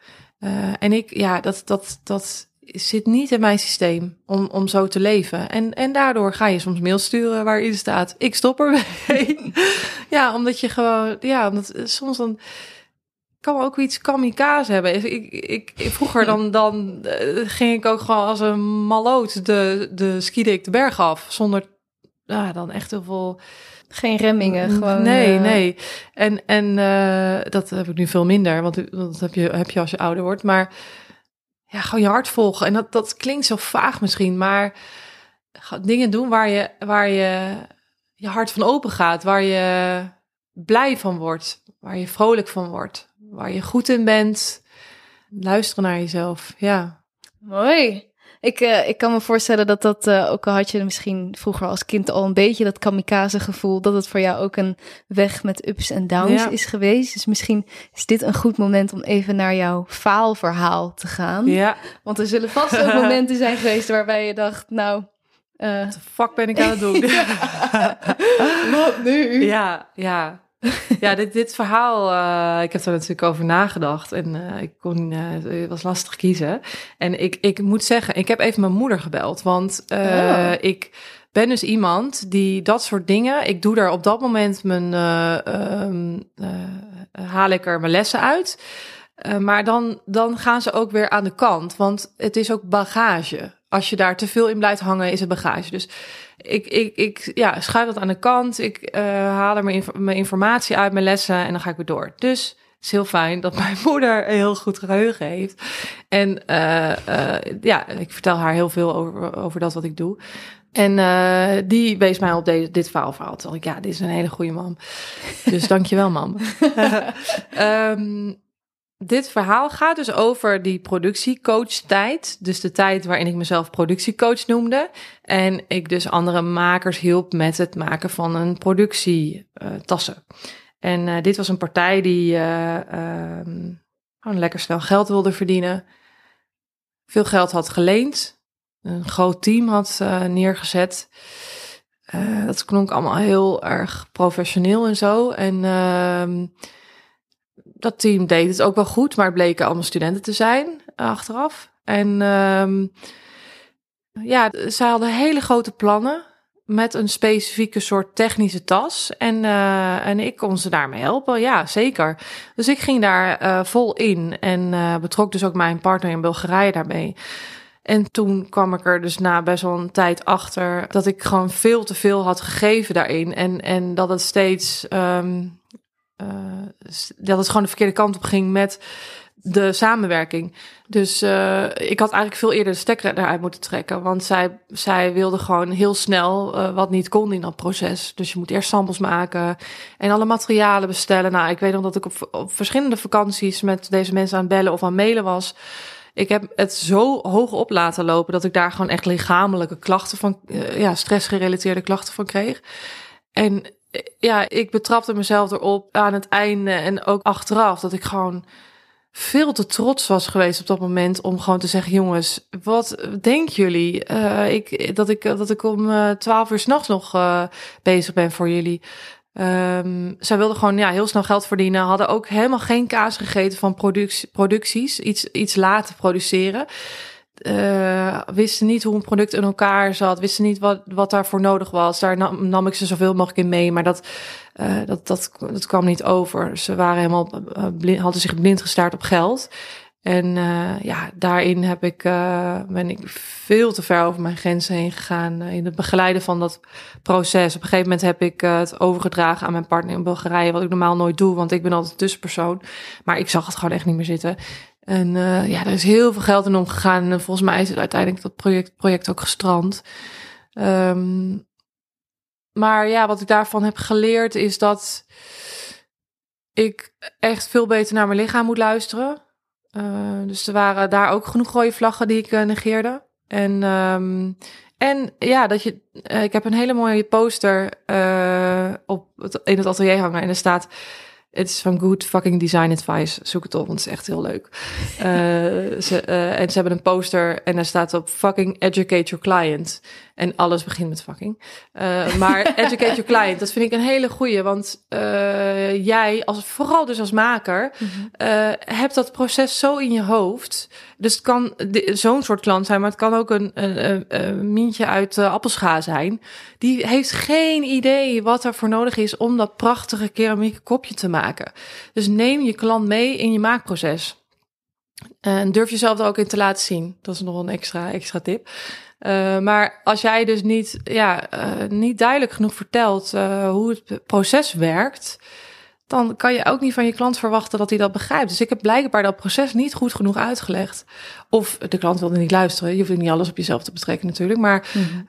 Dat zit niet in mijn systeem om zo te leven. En daardoor ga je soms mail sturen waarin staat... ik stop ermee. Omdat je gewoon... omdat soms dan... kan ook iets kamikaze hebben. Ik vroeger dan ging ik ook gewoon als een maloot de skiede de berg af. Zonder dan echt heel veel... Geen remmingen, gewoon... Nee. En dat heb ik nu veel minder. Want dat heb je als je ouder wordt. Maar gewoon je hart volgen. En dat klinkt zo vaag misschien. Maar dingen doen waar je hart van open gaat. Waar je blij van wordt. Waar je vrolijk van wordt. Waar je goed in bent. Luisteren naar jezelf, ja. Mooi. Ik kan me voorstellen dat ook al had je misschien vroeger als kind al een beetje dat kamikaze gevoel, dat het voor jou ook een weg met ups en downs is geweest. Dus misschien is dit een goed moment om even naar jouw faalverhaal te gaan. Ja. Want er zullen vast ook momenten zijn geweest waarbij je dacht, wat de fuck ben ik aan het doen? Wat nu? Ja, dit verhaal, ik heb er natuurlijk over nagedacht en het was lastig kiezen. En ik moet zeggen, ik heb even mijn moeder gebeld, want ik ben dus iemand die dat soort dingen, ik doe er op dat moment haal ik er mijn lessen uit. Maar dan gaan ze ook weer aan de kant, want het is ook bagage. Als je daar te veel in blijft hangen, is het bagage. Dus ik schuif dat aan de kant. Ik haal er mijn informatie uit, mijn lessen en dan ga ik weer door. Dus het is heel fijn dat mijn moeder een heel goed geheugen heeft. En ik vertel haar heel veel over dat wat ik doe. En die wees mij op dit verhaal. Toen dacht ik, dit is een hele goede mam. Dus dankjewel, mam. Dit verhaal gaat dus over die productiecoach-tijd. Dus de tijd waarin ik mezelf productiecoach noemde. En ik dus andere makers hielp met het maken van een productietassen. En dit was een partij die gewoon lekker snel geld wilde verdienen. Veel geld had geleend. Een groot team had neergezet. Dat klonk allemaal heel erg professioneel en zo. En... dat team deed het ook wel goed, maar het bleken allemaal studenten te zijn achteraf. En zij hadden hele grote plannen met een specifieke soort technische tas. En ik kon ze daarmee helpen, ja, zeker. Dus ik ging daar vol in en betrok dus ook mijn partner in Bulgarije daarbij. En toen kwam ik er dus na best wel een tijd achter dat ik gewoon veel te veel had gegeven daarin. En dat het steeds... dat het gewoon de verkeerde kant op ging met de samenwerking. Dus ik had eigenlijk veel eerder de stekker eruit moeten trekken. Want zij wilde gewoon heel snel wat niet kon in dat proces. Dus je moet eerst samples maken en alle materialen bestellen. Nou, ik weet nog dat ik op verschillende vakanties met deze mensen aan het bellen of aan het mailen was. Ik heb het zo hoog op laten lopen dat ik daar gewoon echt lichamelijke klachten van, stressgerelateerde klachten van kreeg. En ik betrapte mezelf erop aan het einde en ook achteraf dat ik gewoon veel te trots was geweest op dat moment om gewoon te zeggen, jongens, wat denken jullie? Dat ik om 12 uur 's nachts nog bezig ben voor jullie. Zij wilden gewoon heel snel geld verdienen. Hadden ook helemaal geen kaas gegeten van producties. Iets laten produceren. Wisten niet hoe een product in elkaar zat. Wisten niet wat daarvoor nodig was. Daar nam ik ze zoveel mogelijk in mee. Maar dat kwam niet over. Ze waren helemaal hadden zich blind gestaard op geld. En daarin ben ik veel te ver over mijn grenzen heen gegaan in het begeleiden van dat proces. Op een gegeven moment heb ik het overgedragen aan mijn partner in Bulgarije, wat ik normaal nooit doe, want ik ben altijd een tussenpersoon. Maar ik zag het gewoon echt niet meer zitten. En er is heel veel geld in omgegaan en volgens mij is het uiteindelijk dat project ook gestrand. Maar wat ik daarvan heb geleerd is dat ik echt veel beter naar mijn lichaam moet luisteren. Dus er waren daar ook genoeg rode vlaggen die ik negeerde. Ik heb een hele mooie poster in het atelier hangen. En er staat, Het is van Good Fucking Design Advice. Zoek het op, want het is echt heel leuk. En ze hebben een poster en daar staat op fucking educate your client. En alles begint met fucking. Maar educate your client, dat vind ik een hele goeie. Want jij, vooral dus als maker, hebt dat proces zo in je hoofd. Dus het kan zo'n soort klant zijn, maar het kan ook een Mientje uit Appelscha zijn. Die heeft geen idee wat er voor nodig is om dat prachtige keramieke kopje te maken. Dus neem je klant mee in je maakproces. En durf jezelf er ook in te laten zien. Dat is nog een extra tip. Maar als jij dus niet duidelijk genoeg vertelt hoe het proces werkt, dan kan je ook niet van je klant verwachten dat hij dat begrijpt. Dus ik heb blijkbaar dat proces niet goed genoeg uitgelegd. Of de klant wilde niet luisteren. Je hoeft niet alles op jezelf te betrekken natuurlijk. Maar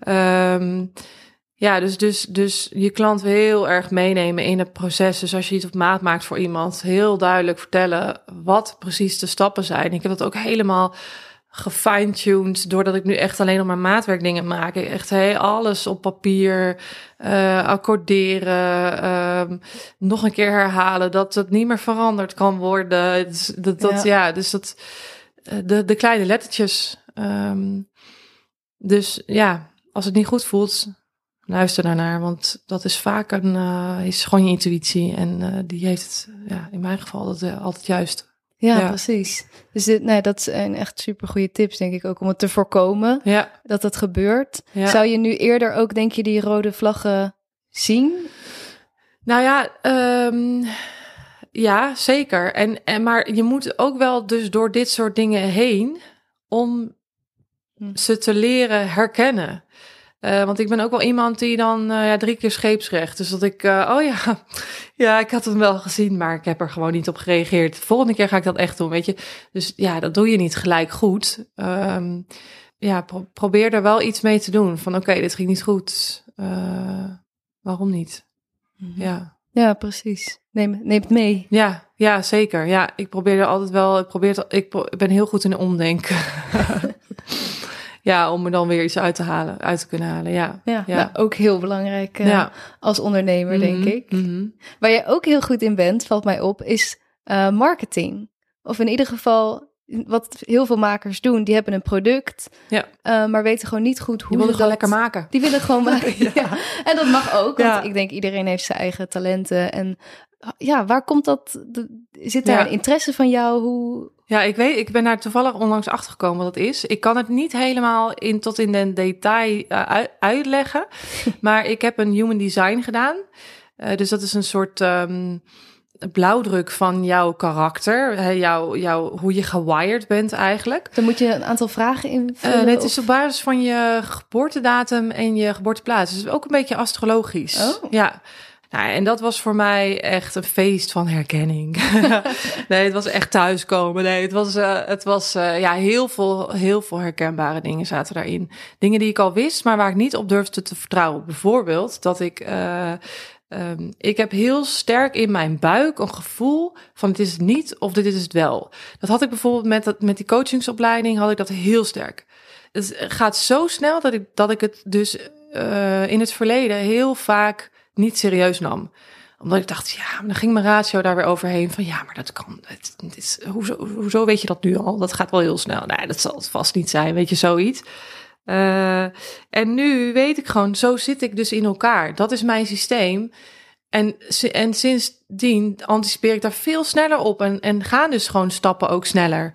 dus je klant wil heel erg meenemen in het proces. Dus als je iets op maat maakt voor iemand, heel duidelijk vertellen wat precies de stappen zijn. Ik heb dat ook helemaal gefine-tuned, doordat ik nu echt alleen nog maar maatwerkdingen maak. Echt alles op papier, accorderen, nog een keer herhalen, dat het niet meer veranderd kan worden. De kleine lettertjes. Dus ja, als het niet goed voelt, luister daarnaar, want dat is vaak is gewoon je intuïtie en die heeft het, in mijn geval altijd juist. Ja, precies. Dus dat zijn echt supergoeie tips, denk ik ook, om het te voorkomen dat het gebeurt. Ja. Zou je nu eerder ook, denk je, die rode vlaggen zien? Nou ja, zeker. Maar je moet ook wel dus door dit soort dingen heen om ze te leren herkennen. Want ik ben ook wel iemand die dan 3 keer scheepsrecht. Dus dat ik, ik had hem wel gezien, maar ik heb er gewoon niet op gereageerd. De volgende keer ga ik dat echt doen, weet je. Dus ja, dat doe je niet gelijk goed. Probeer er wel iets mee te doen. Van oké, dit ging niet goed. Waarom niet? Ja. Ja, precies. Neem het mee. Ja, zeker. Ja, ik probeer er altijd wel. Ik ben heel goed in omdenken. Ja, om er dan weer iets uit te kunnen halen. Ja. Nou, ook heel belangrijk als ondernemer, denk ik. Mm-hmm. Waar je ook heel goed in bent, valt mij op, is marketing. Of in ieder geval, wat heel veel makers doen, die hebben een product, maar weten gewoon niet goed hoe die willen gewoon lekker maken. Die willen gewoon maken, ja. En dat mag ook, want ik denk iedereen heeft zijn eigen talenten. En waar komt dat? Zit daar een interesse van jou? Ja, ik ben daar toevallig onlangs achter gekomen wat dat is. Ik kan het niet helemaal tot in de detail uitleggen. Maar ik heb een human design gedaan. Dus dat is een soort blauwdruk van jouw karakter. Hoe je gewired bent eigenlijk. Dan moet je een aantal vragen invullen? Het is op basis van je geboortedatum en je geboorteplaats. Dus ook een beetje astrologisch. Oh. Ja. Nou, en dat was voor mij echt een feest van herkenning. Nee, het was echt thuiskomen. Nee, het was heel veel herkenbare dingen zaten daarin. Dingen die ik al wist, maar waar ik niet op durfde te vertrouwen. Bijvoorbeeld dat ik heb heel sterk in mijn buik een gevoel van dit is het niet of dit is het wel. Dat had ik bijvoorbeeld met die coachingsopleiding, had ik dat heel sterk. Het gaat zo snel dat ik het dus in het verleden heel vaak niet serieus nam. Omdat ik dacht, maar dan ging mijn ratio daar weer overheen. Van maar dat kan. Hoezo weet je dat nu al? Dat gaat wel heel snel. Nee, dat zal het vast niet zijn. Weet je, zoiets. En nu weet ik gewoon, zo zit ik dus in elkaar. Dat is mijn systeem. En sindsdien anticipeer ik daar veel sneller op. En gaan dus gewoon stappen ook sneller.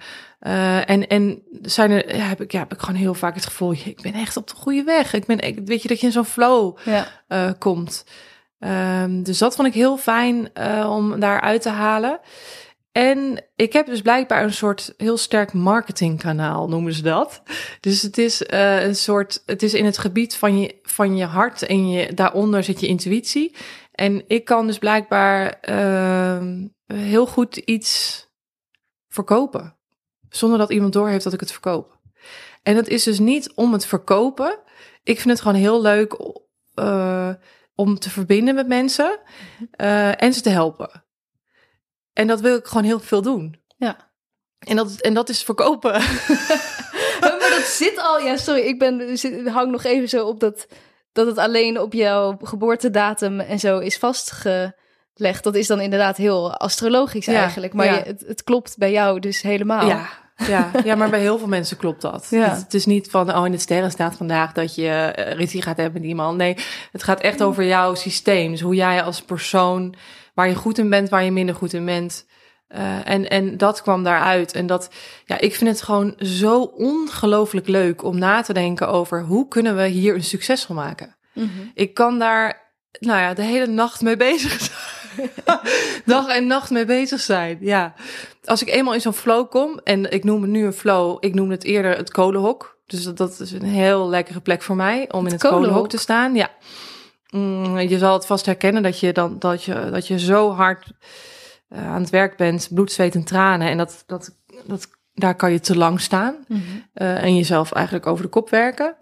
Heb ik gewoon heel vaak het gevoel, ik ben echt op de goede weg. Weet je, dat je in zo'n flow komt. Dus dat vond ik heel fijn om daar uit te halen. En ik heb dus blijkbaar een soort heel sterk marketingkanaal, noemen ze dat. Dus het is het is in het gebied van je hart en daaronder zit je intuïtie. En ik kan dus blijkbaar heel goed iets verkopen. Zonder dat iemand doorheeft dat ik het verkoop. En dat is dus niet om het verkopen. Ik vind het gewoon heel leuk om te verbinden met mensen en ze te helpen. En dat wil ik gewoon heel veel doen. Ja. En dat is verkopen. Maar dat zit al... Ja, sorry, ik hang nog even zo op dat het alleen op jouw geboortedatum en zo is legt. Dat is dan inderdaad heel astrologisch eigenlijk. Maar het klopt bij jou dus helemaal. Ja, maar bij heel veel mensen klopt dat. Ja. Het is niet van, in het sterren staat vandaag dat je ruzie gaat hebben met iemand. Nee, het gaat echt over jouw systeem. Dus hoe jij als persoon, waar je goed in bent, waar je minder goed in bent. En dat kwam daaruit. En ik vind het gewoon zo ongelooflijk leuk om na te denken over hoe kunnen we hier een succes van maken. Mm-hmm. Ik kan daar, de hele nacht mee bezig zijn. Dag en nacht mee bezig zijn, ja. Als ik eenmaal in zo'n flow kom, en ik noem het nu een flow, ik noem het eerder het kolenhok. Dus dat is een heel lekkere plek voor mij, om in het kolenhok te staan. Ja. Je zal het vast herkennen dat je zo hard aan het werk bent, bloed, zweet en tranen. En daar kan je te lang staan. Mm-hmm. En jezelf eigenlijk over de kop werken.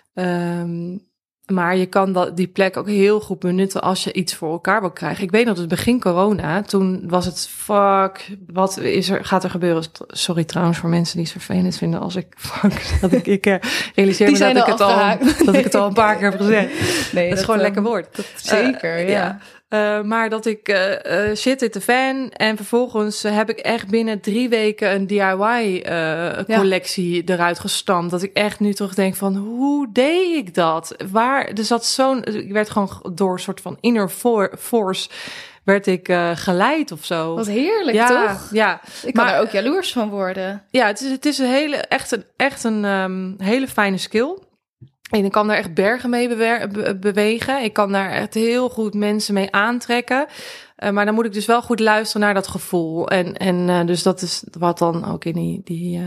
Maar je kan die plek ook heel goed benutten als je iets voor elkaar wil krijgen. Ik weet nog, het begin corona, toen was het wat gaat er gebeuren? Sorry trouwens voor mensen die het vervelend vinden als ik ik realiseer me dat ik het al een paar keer heb gezegd. Nee, dat is gewoon een lekker woord. Zeker, ja. Maar dat ik shit in de fan en vervolgens heb ik echt binnen 3 weken een DIY-collectie eruit gestampt. Dat ik echt nu terug denk van, hoe deed ik dat? Ik werd gewoon door een soort van inner force werd ik geleid of zo. Wat heerlijk, toch? Ja. Ik kan er ook jaloers van worden. Ja, het is echt een hele fijne skill. En ik kan daar echt bergen mee bewegen. Ik kan daar echt heel goed mensen mee aantrekken. Maar dan moet ik dus wel goed luisteren naar dat gevoel. En dus dat is wat dan ook in die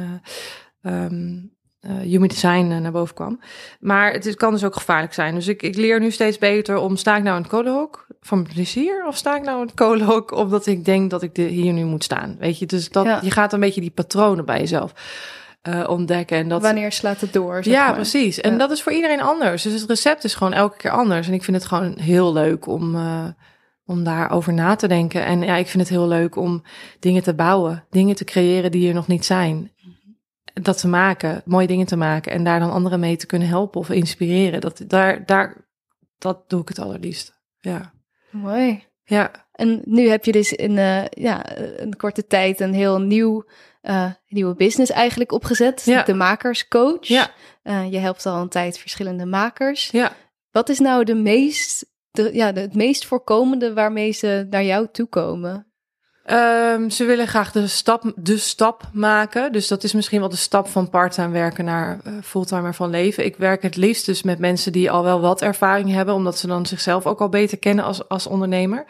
human design naar boven kwam. Maar het kan dus ook gevaarlijk zijn. Dus ik leer nu steeds beter om, sta ik nou in het kolenhok van plezier? Of sta ik nou in het kolenhok omdat ik denk dat ik hier nu moet staan? Weet je, dus je gaat een beetje die patronen bij jezelf ontdekken. En wanneer slaat het door? Zeg maar. Precies. En dat is voor iedereen anders. Dus het recept is gewoon elke keer anders. En ik vind het gewoon heel leuk om daarover na te denken. En ik vind het heel leuk om dingen te bouwen. Dingen te creëren die er nog niet zijn. Dat te maken, mooie dingen te maken. En daar dan anderen mee te kunnen helpen of inspireren. Dat doe ik het allerliefst. Ja. Mooi. Ja. En nu heb je dus in een korte tijd een heel nieuwe business eigenlijk opgezet. Ja. De makerscoach. Ja. Je helpt al een tijd verschillende makers. Ja. Wat is nou het meest voorkomende waarmee ze naar jou toe komen? Ze willen graag de stap maken. Dus dat is misschien wel de stap van parttime werken naar fulltime ervan leven. Ik werk het liefst dus met mensen die al wel wat ervaring hebben, omdat ze dan zichzelf ook al beter kennen als ondernemer.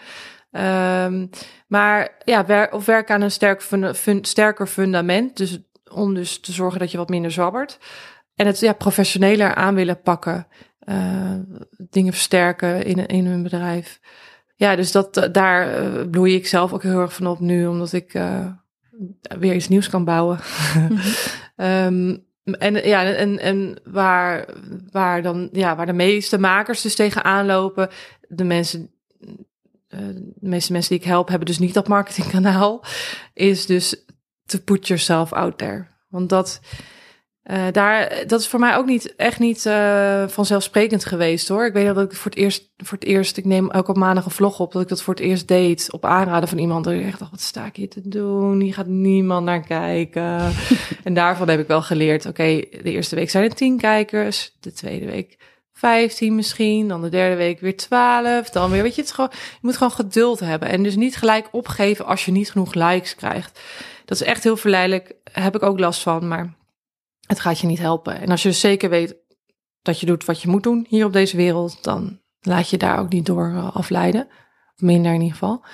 Maar werk aan een sterker fundament. Dus om dus te zorgen dat je wat minder zwabbert. En het professioneler aan willen pakken. Dingen versterken in hun bedrijf. Ja, dus daar bloei ik zelf ook heel erg van op nu. Omdat ik weer iets nieuws kan bouwen. Mm-hmm. En waar de meeste makers dus tegenaan lopen. De meeste mensen die ik help hebben dus niet dat marketingkanaal. Is dus to put yourself out there. Want dat is voor mij ook niet vanzelfsprekend geweest, hoor. Ik weet nog dat ik voor het eerst, ik neem ook op maandag een vlog op, dat ik dat voor het eerst deed op aanraden van iemand. Dat ik echt dacht, wat sta ik hier te doen? Hier gaat niemand naar kijken. En daarvan heb ik wel geleerd, oké, de eerste week zijn er 10 kijkers, de tweede week 15 misschien, dan de derde week weer 12, dan weer, weet je, je moet gewoon geduld hebben en dus niet gelijk opgeven als je niet genoeg likes krijgt. Dat is echt heel verleidelijk, heb ik ook last van, maar het gaat je niet helpen. En als je dus zeker weet dat je doet wat je moet doen hier op deze wereld, dan laat je daar ook niet door afleiden. Of minder in ieder geval.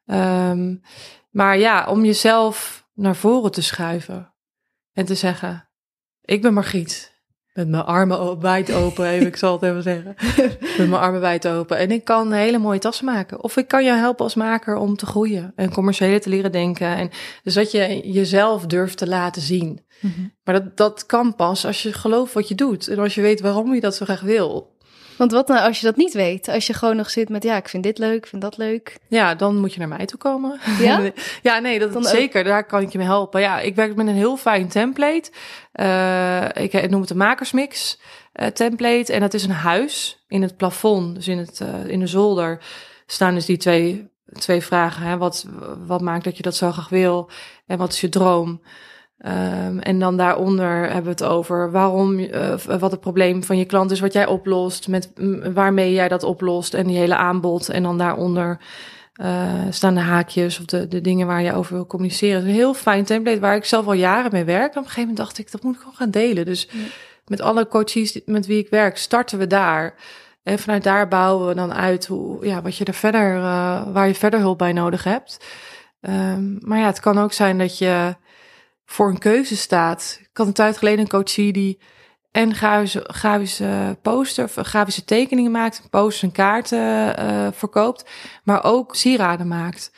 Maar ja, om jezelf naar voren te schuiven en te zeggen, ik ben Margriet. Met mijn armen wijd open, ik zal het even zeggen. Met mijn armen wijd open. En ik kan hele mooie tassen maken. Of ik kan jou helpen als maker om te groeien. En commerciële te leren denken. En dus dat je jezelf durft te laten zien. Mm-hmm. Maar dat kan pas als je gelooft wat je doet. En als je weet waarom je dat zo graag wil. Want wat nou als je dat niet weet? Als je gewoon nog zit met, ik vind dit leuk, ik vind dat leuk. Ja, dan moet je naar mij toe komen. Ja? Ja, nee, dat is zeker. Daar kan ik je mee helpen. Ja, ik werk met een heel fijn template. Ik noem het de makersmix template. En dat is een huis in het plafond. Dus in de zolder staan dus die 2 2 vragen. Hè? Wat maakt dat je dat zo graag wil? En wat is je droom? En dan daaronder hebben we het over wat het probleem van je klant is, wat jij oplost, waarmee jij dat oplost en die hele aanbod. En dan daaronder staan de haakjes of de dingen waar je over wil communiceren. Het is een heel fijn template waar ik zelf al jaren mee werk. En op een gegeven moment dacht ik, dat moet ik gewoon gaan delen. Dus met alle coaches met wie ik werk, starten we daar. En vanuit daar bouwen we dan uit wat je er verder, waar je verder hulp bij nodig hebt. Maar ja, het kan ook zijn dat je voor een keuze staat. Ik had een tijd geleden een coachie die en grafische poster of grafische tekeningen maakt, posters en kaarten verkoopt, maar ook sieraden maakt.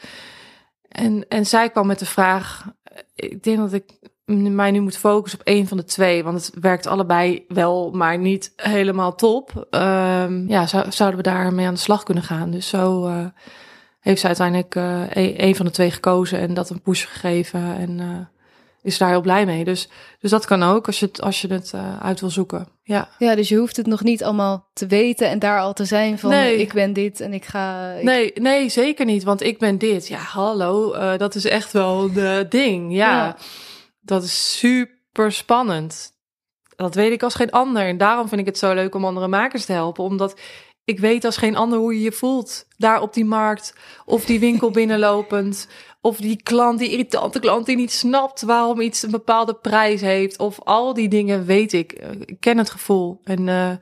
En zij kwam met de vraag, ik denk dat ik mij nu moet focussen op 1 van de 2, want het werkt allebei wel, maar niet helemaal top. Zouden we daarmee aan de slag kunnen gaan? Dus zo heeft ze uiteindelijk 1 van de 2 gekozen en dat een push gegeven en is daar heel blij mee. Dus dat kan ook als je het uit wil zoeken. Ja, dus je hoeft het nog niet allemaal te weten en daar al te zijn van ik ben dit en ik ga... Nee, zeker niet, want ik ben dit. Ja, hallo, dat is echt wel de ding. Ja, dat is super spannend. Dat weet ik als geen ander. En daarom vind ik het zo leuk om andere makers te helpen, omdat ik weet als geen ander hoe je je voelt daar op die markt of die winkel binnenlopend. Of die irritante klant die niet snapt waarom iets een bepaalde prijs heeft. Of al die dingen weet ik. Ik ken het gevoel. En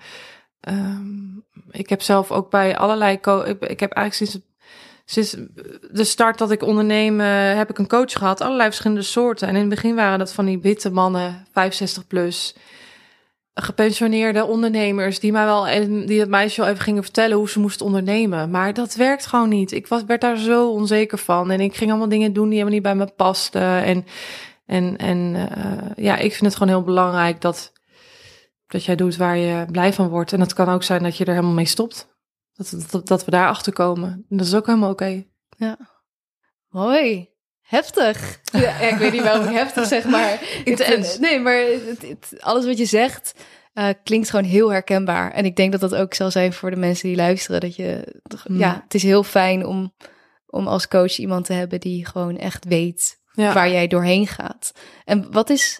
ik heb zelf ook bij allerlei... Ik heb eigenlijk sinds de start dat ik onderneem... heb ik een coach gehad. Allerlei verschillende soorten. En in het begin waren dat van die witte mannen, 65 plus... gepensioneerde ondernemers die het meisje wel even gingen vertellen hoe ze moest ondernemen. Maar dat werkt gewoon niet. Ik werd daar zo onzeker van. En ik ging allemaal dingen doen die helemaal niet bij me pasten. Ik vind het gewoon heel belangrijk dat jij doet waar je blij van wordt. En het kan ook zijn dat je er helemaal mee stopt. Dat we daar achter komen. En dat is ook helemaal oké. Ja. Hoi. Heftig. Ja, ik weet niet waarom ik heftig zeg, maar... Intens. Alles wat je zegt klinkt gewoon heel herkenbaar. En ik denk dat dat ook zal zijn voor de mensen die luisteren. Dat je, het is heel fijn om als coach iemand te hebben die gewoon echt weet waar jij doorheen gaat. En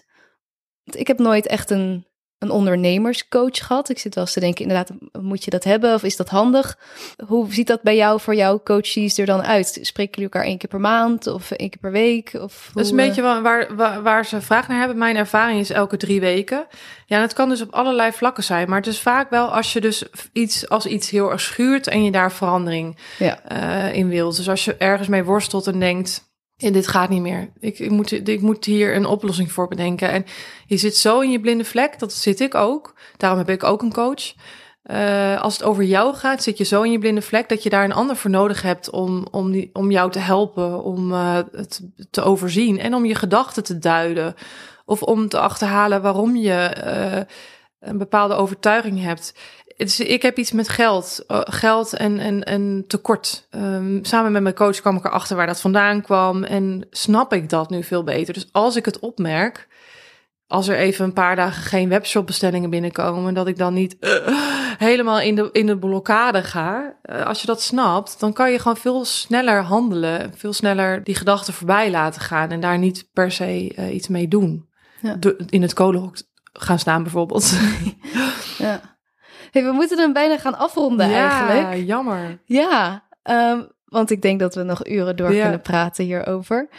ik heb nooit echt een ondernemerscoach gehad. Ik zit wel eens te denken, inderdaad, moet je dat hebben of is dat handig? Hoe ziet dat bij jou, voor jouw coaches er dan uit? Spreken jullie elkaar 1 keer per maand of 1 keer per week? Of dat is een beetje waar ze vraag naar hebben. Mijn ervaring is elke 3 weken. Ja, en het kan dus op allerlei vlakken zijn. Maar het is vaak wel als je dus iets heel erg schuurt en je daar verandering in wilt. Dus als je ergens mee worstelt en denkt... En dit gaat niet meer. Ik moet hier een oplossing voor bedenken. En je zit zo in je blinde vlek, dat zit ik ook. Daarom heb ik ook een coach. Als het over jou gaat, zit je zo in je blinde vlek... dat je daar een ander voor nodig hebt om jou te helpen... om het te overzien en om je gedachten te duiden... of om te achterhalen waarom je een bepaalde overtuiging hebt... Ik heb iets met geld en tekort. Samen met mijn coach kwam ik erachter waar dat vandaan kwam. En snap ik dat nu veel beter. Dus als ik het opmerk, als er even een paar dagen geen webshopbestellingen binnenkomen... dat ik dan niet helemaal in de blokkade ga. Als je dat snapt, dan kan je gewoon veel sneller handelen. Veel sneller die gedachten voorbij laten gaan. En daar niet per se iets mee doen. Ja. In het kolenhok gaan staan bijvoorbeeld. Ja. Hey, we moeten hem bijna gaan afronden eigenlijk. Ja, jammer. Ja, want ik denk dat we nog uren door kunnen praten hierover.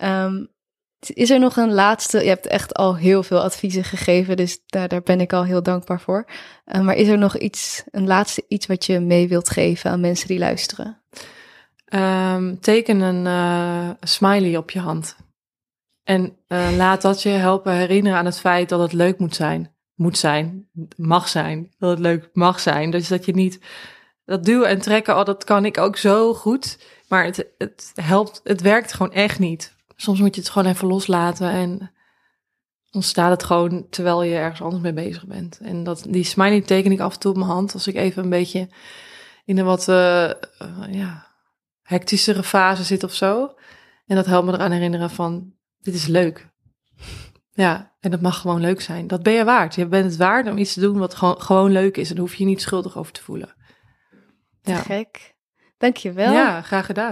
Is er nog een laatste... Je hebt echt al heel veel adviezen gegeven, dus daar ben ik al heel dankbaar voor. Maar is er nog een laatste iets wat je mee wilt geven aan mensen die luisteren? Teken een smiley op je hand. En laat dat je helpen herinneren aan het feit dat het leuk mag zijn, dat het leuk mag zijn. Dus dat je niet dat duwen en trekken, dat kan ik ook zo goed, maar het helpt, het werkt gewoon echt niet. Soms moet je het gewoon even loslaten en ontstaat het gewoon terwijl je ergens anders mee bezig bent. En die smiley teken ik af en toe op mijn hand als ik even een beetje in een wat hectischere fase zit of zo. En dat helpt me eraan herinneren van, dit is leuk. Ja, en dat mag gewoon leuk zijn. Dat ben je waard. Je bent het waard om iets te doen wat gewoon leuk is. En daar hoef je je niet schuldig over te voelen. Ja. Te gek. Dank je wel. Ja, graag gedaan.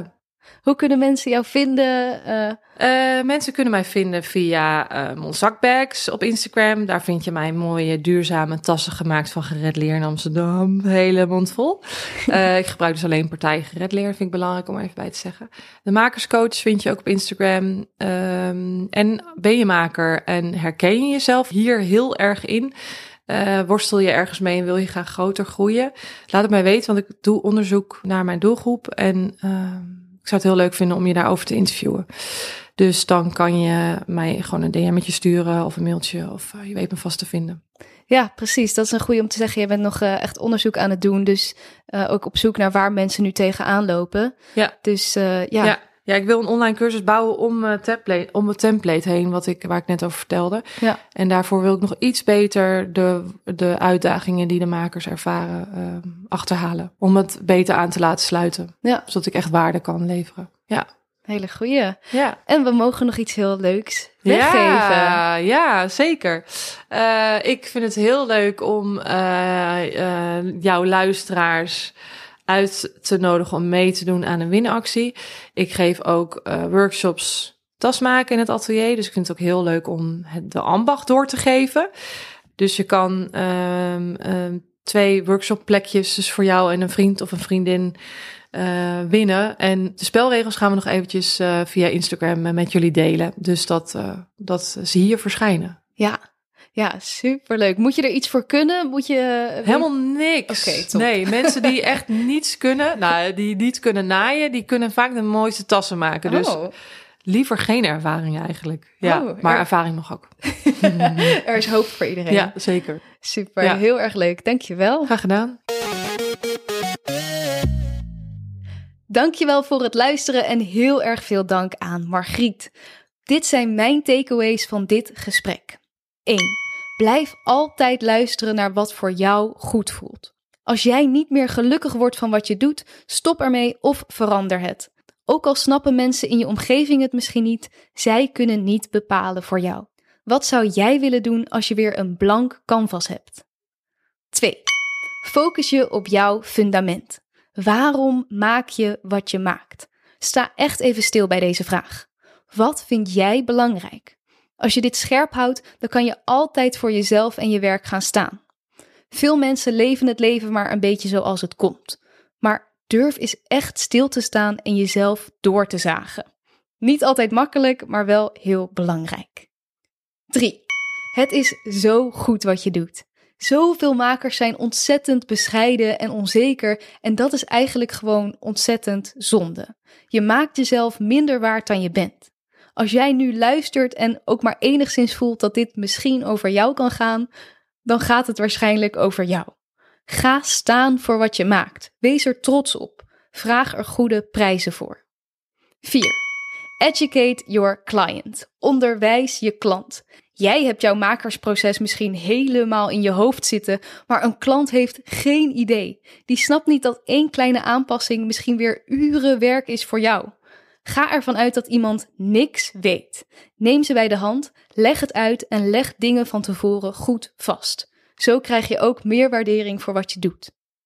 Hoe kunnen mensen jou vinden? Mensen kunnen mij vinden via Monzakbags op Instagram. Daar vind je mijn mooie duurzame tassen gemaakt van gered leer in Amsterdam. Hele mond vol. Ik gebruik dus alleen partij gered leer. Vind ik belangrijk om even bij te zeggen. De makerscoach vind je ook op Instagram. En ben je maker en herken je jezelf hier heel erg in? Worstel je ergens mee en wil je graag groter groeien? Laat het mij weten, want ik doe onderzoek naar mijn doelgroep. En ik zou het heel leuk vinden om je daarover te interviewen. Dus dan kan je mij gewoon een DM'tje sturen of een mailtje of je weet me vast te vinden. Ja, precies. Dat is een goede om te zeggen. Je bent nog echt onderzoek aan het doen. Dus ook op zoek naar waar mensen nu tegenaan lopen. Ja. Dus Ja, ik wil een online cursus bouwen om het template heen, waar ik net over vertelde. Ja. En daarvoor wil ik nog iets beter de uitdagingen die de makers ervaren achterhalen. Om het beter aan te laten sluiten. Ja. Zodat ik echt waarde kan leveren. Ja. Hele goeie. Ja. En we mogen nog iets heel leuks weggeven. Ja, zeker. Ik vind het heel leuk om jouw luisteraars uit te nodigen om mee te doen aan een winactie. Ik geef ook workshops tasmaken in het atelier. Dus ik vind het ook heel leuk om de ambacht door te geven. Dus je kan 2 workshopplekjes dus voor jou en een vriend of een vriendin winnen. En de spelregels gaan we nog eventjes via Instagram met jullie delen. Dus dat zie je verschijnen. Ja, superleuk. Moet je er iets voor kunnen? Moet je... Helemaal niks. Oké, top. Nee, mensen die echt niets kunnen, die niet kunnen naaien, die kunnen vaak de mooiste tassen maken. Dus liever geen ervaring eigenlijk. Ja, maar ervaring nog ook. Er is hoop voor iedereen. Ja, zeker. Super, heel erg leuk. Dankjewel. Graag gedaan. Dankjewel voor het luisteren en heel erg veel dank aan Margriet. Dit zijn mijn takeaways van dit gesprek. 1. Blijf altijd luisteren naar wat voor jou goed voelt. Als jij niet meer gelukkig wordt van wat je doet, stop ermee of verander het. Ook al snappen mensen in je omgeving het misschien niet, zij kunnen niet bepalen voor jou. Wat zou jij willen doen als je weer een blank canvas hebt? 2. Focus je op jouw fundament. Waarom maak je wat je maakt? Sta echt even stil bij deze vraag. Wat vind jij belangrijk? Als je dit scherp houdt, dan kan je altijd voor jezelf en je werk gaan staan. Veel mensen leven het leven maar een beetje zoals het komt. Maar durf eens echt stil te staan en jezelf door te zagen. Niet altijd makkelijk, maar wel heel belangrijk. 3. Het is zo goed wat je doet. Zoveel makers zijn ontzettend bescheiden en onzeker en dat is eigenlijk gewoon ontzettend zonde. Je maakt jezelf minder waard dan je bent. Als jij nu luistert en ook maar enigszins voelt dat dit misschien over jou kan gaan, dan gaat het waarschijnlijk over jou. Ga staan voor wat je maakt. Wees er trots op. Vraag er goede prijzen voor. 4. Educate your client. Onderwijs je klant. Jij hebt jouw makersproces misschien helemaal in je hoofd zitten, maar een klant heeft geen idee. Die snapt niet dat 1 kleine aanpassing misschien weer uren werk is voor jou. Ga ervan uit dat iemand niks weet. Neem ze bij de hand, leg het uit en leg dingen van tevoren goed vast. Zo krijg je ook meer waardering voor wat je doet.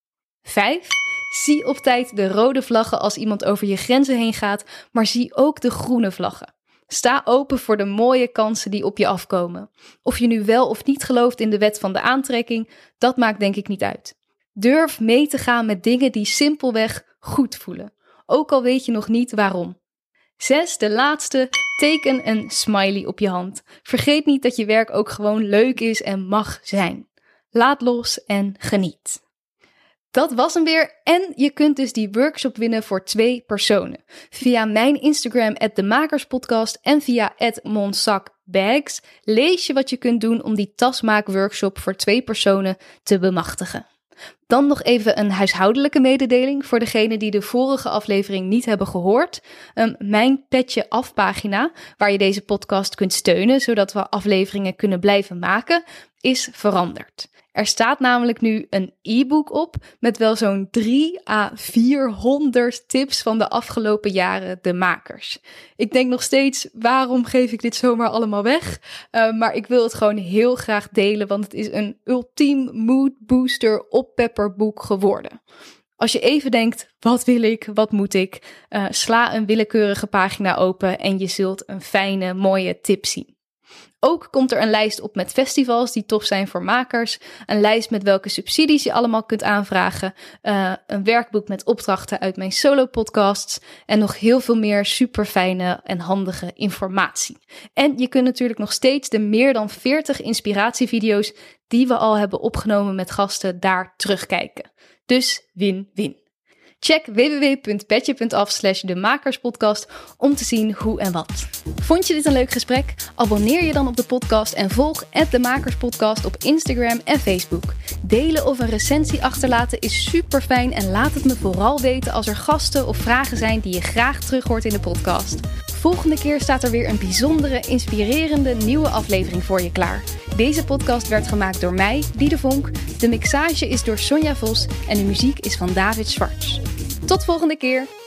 5. Zie op tijd de rode vlaggen als iemand over je grenzen heen gaat, maar zie ook de groene vlaggen. Sta open voor de mooie kansen die op je afkomen. Of je nu wel of niet gelooft in de wet van de aantrekking, dat maakt denk ik niet uit. Durf mee te gaan met dingen die simpelweg goed voelen. Ook al weet je nog niet waarom. 6, de laatste, teken een smiley op je hand. Vergeet niet dat je werk ook gewoon leuk is en mag zijn. Laat los en geniet. Dat was hem weer en je kunt dus die workshop winnen voor 2 personen. Via mijn Instagram @demakerspodcast en via @monzakbags lees je wat je kunt doen om die tasmaakworkshop voor 2 personen te bemachtigen. Dan nog even een huishoudelijke mededeling voor degenen die de vorige aflevering niet hebben gehoord. Mijn Petje Af pagina, waar je deze podcast kunt steunen, zodat we afleveringen kunnen blijven maken, is veranderd. Er staat namelijk nu een e-book op met wel zo'n 300 à 400 tips van de afgelopen jaren de makers. Ik denk nog steeds, waarom geef ik dit zomaar allemaal weg? Maar ik wil het gewoon heel graag delen, want het is een ultiem mood booster oppepperboek geworden. Als je even denkt, wat wil ik, wat moet ik? Sla een willekeurige pagina open en je zult een fijne, mooie tip zien. Ook komt er een lijst op met festivals die tof zijn voor makers. Een lijst met welke subsidies je allemaal kunt aanvragen. Een werkboek met opdrachten uit mijn solo-podcasts. En nog heel veel meer super fijne en handige informatie. En je kunt natuurlijk nog steeds de meer dan 40 inspiratievideo's die we al hebben opgenomen met gasten daar terugkijken. Dus win-win. Check www.petje.af/demakerspodcast om te zien hoe en wat. Vond je dit een leuk gesprek? Abonneer je dan op de podcast en volg @demakerspodcast op Instagram en Facebook. Delen of een recensie achterlaten is super fijn en laat het me vooral weten als er gasten of vragen zijn die je graag terug hoort in de podcast. Volgende keer staat er weer een bijzondere, inspirerende nieuwe aflevering voor je klaar. Deze podcast werd gemaakt door mij, Diede Vonk. De mixage is door Sonja Vos en de muziek is van David Schwartz. Tot volgende keer!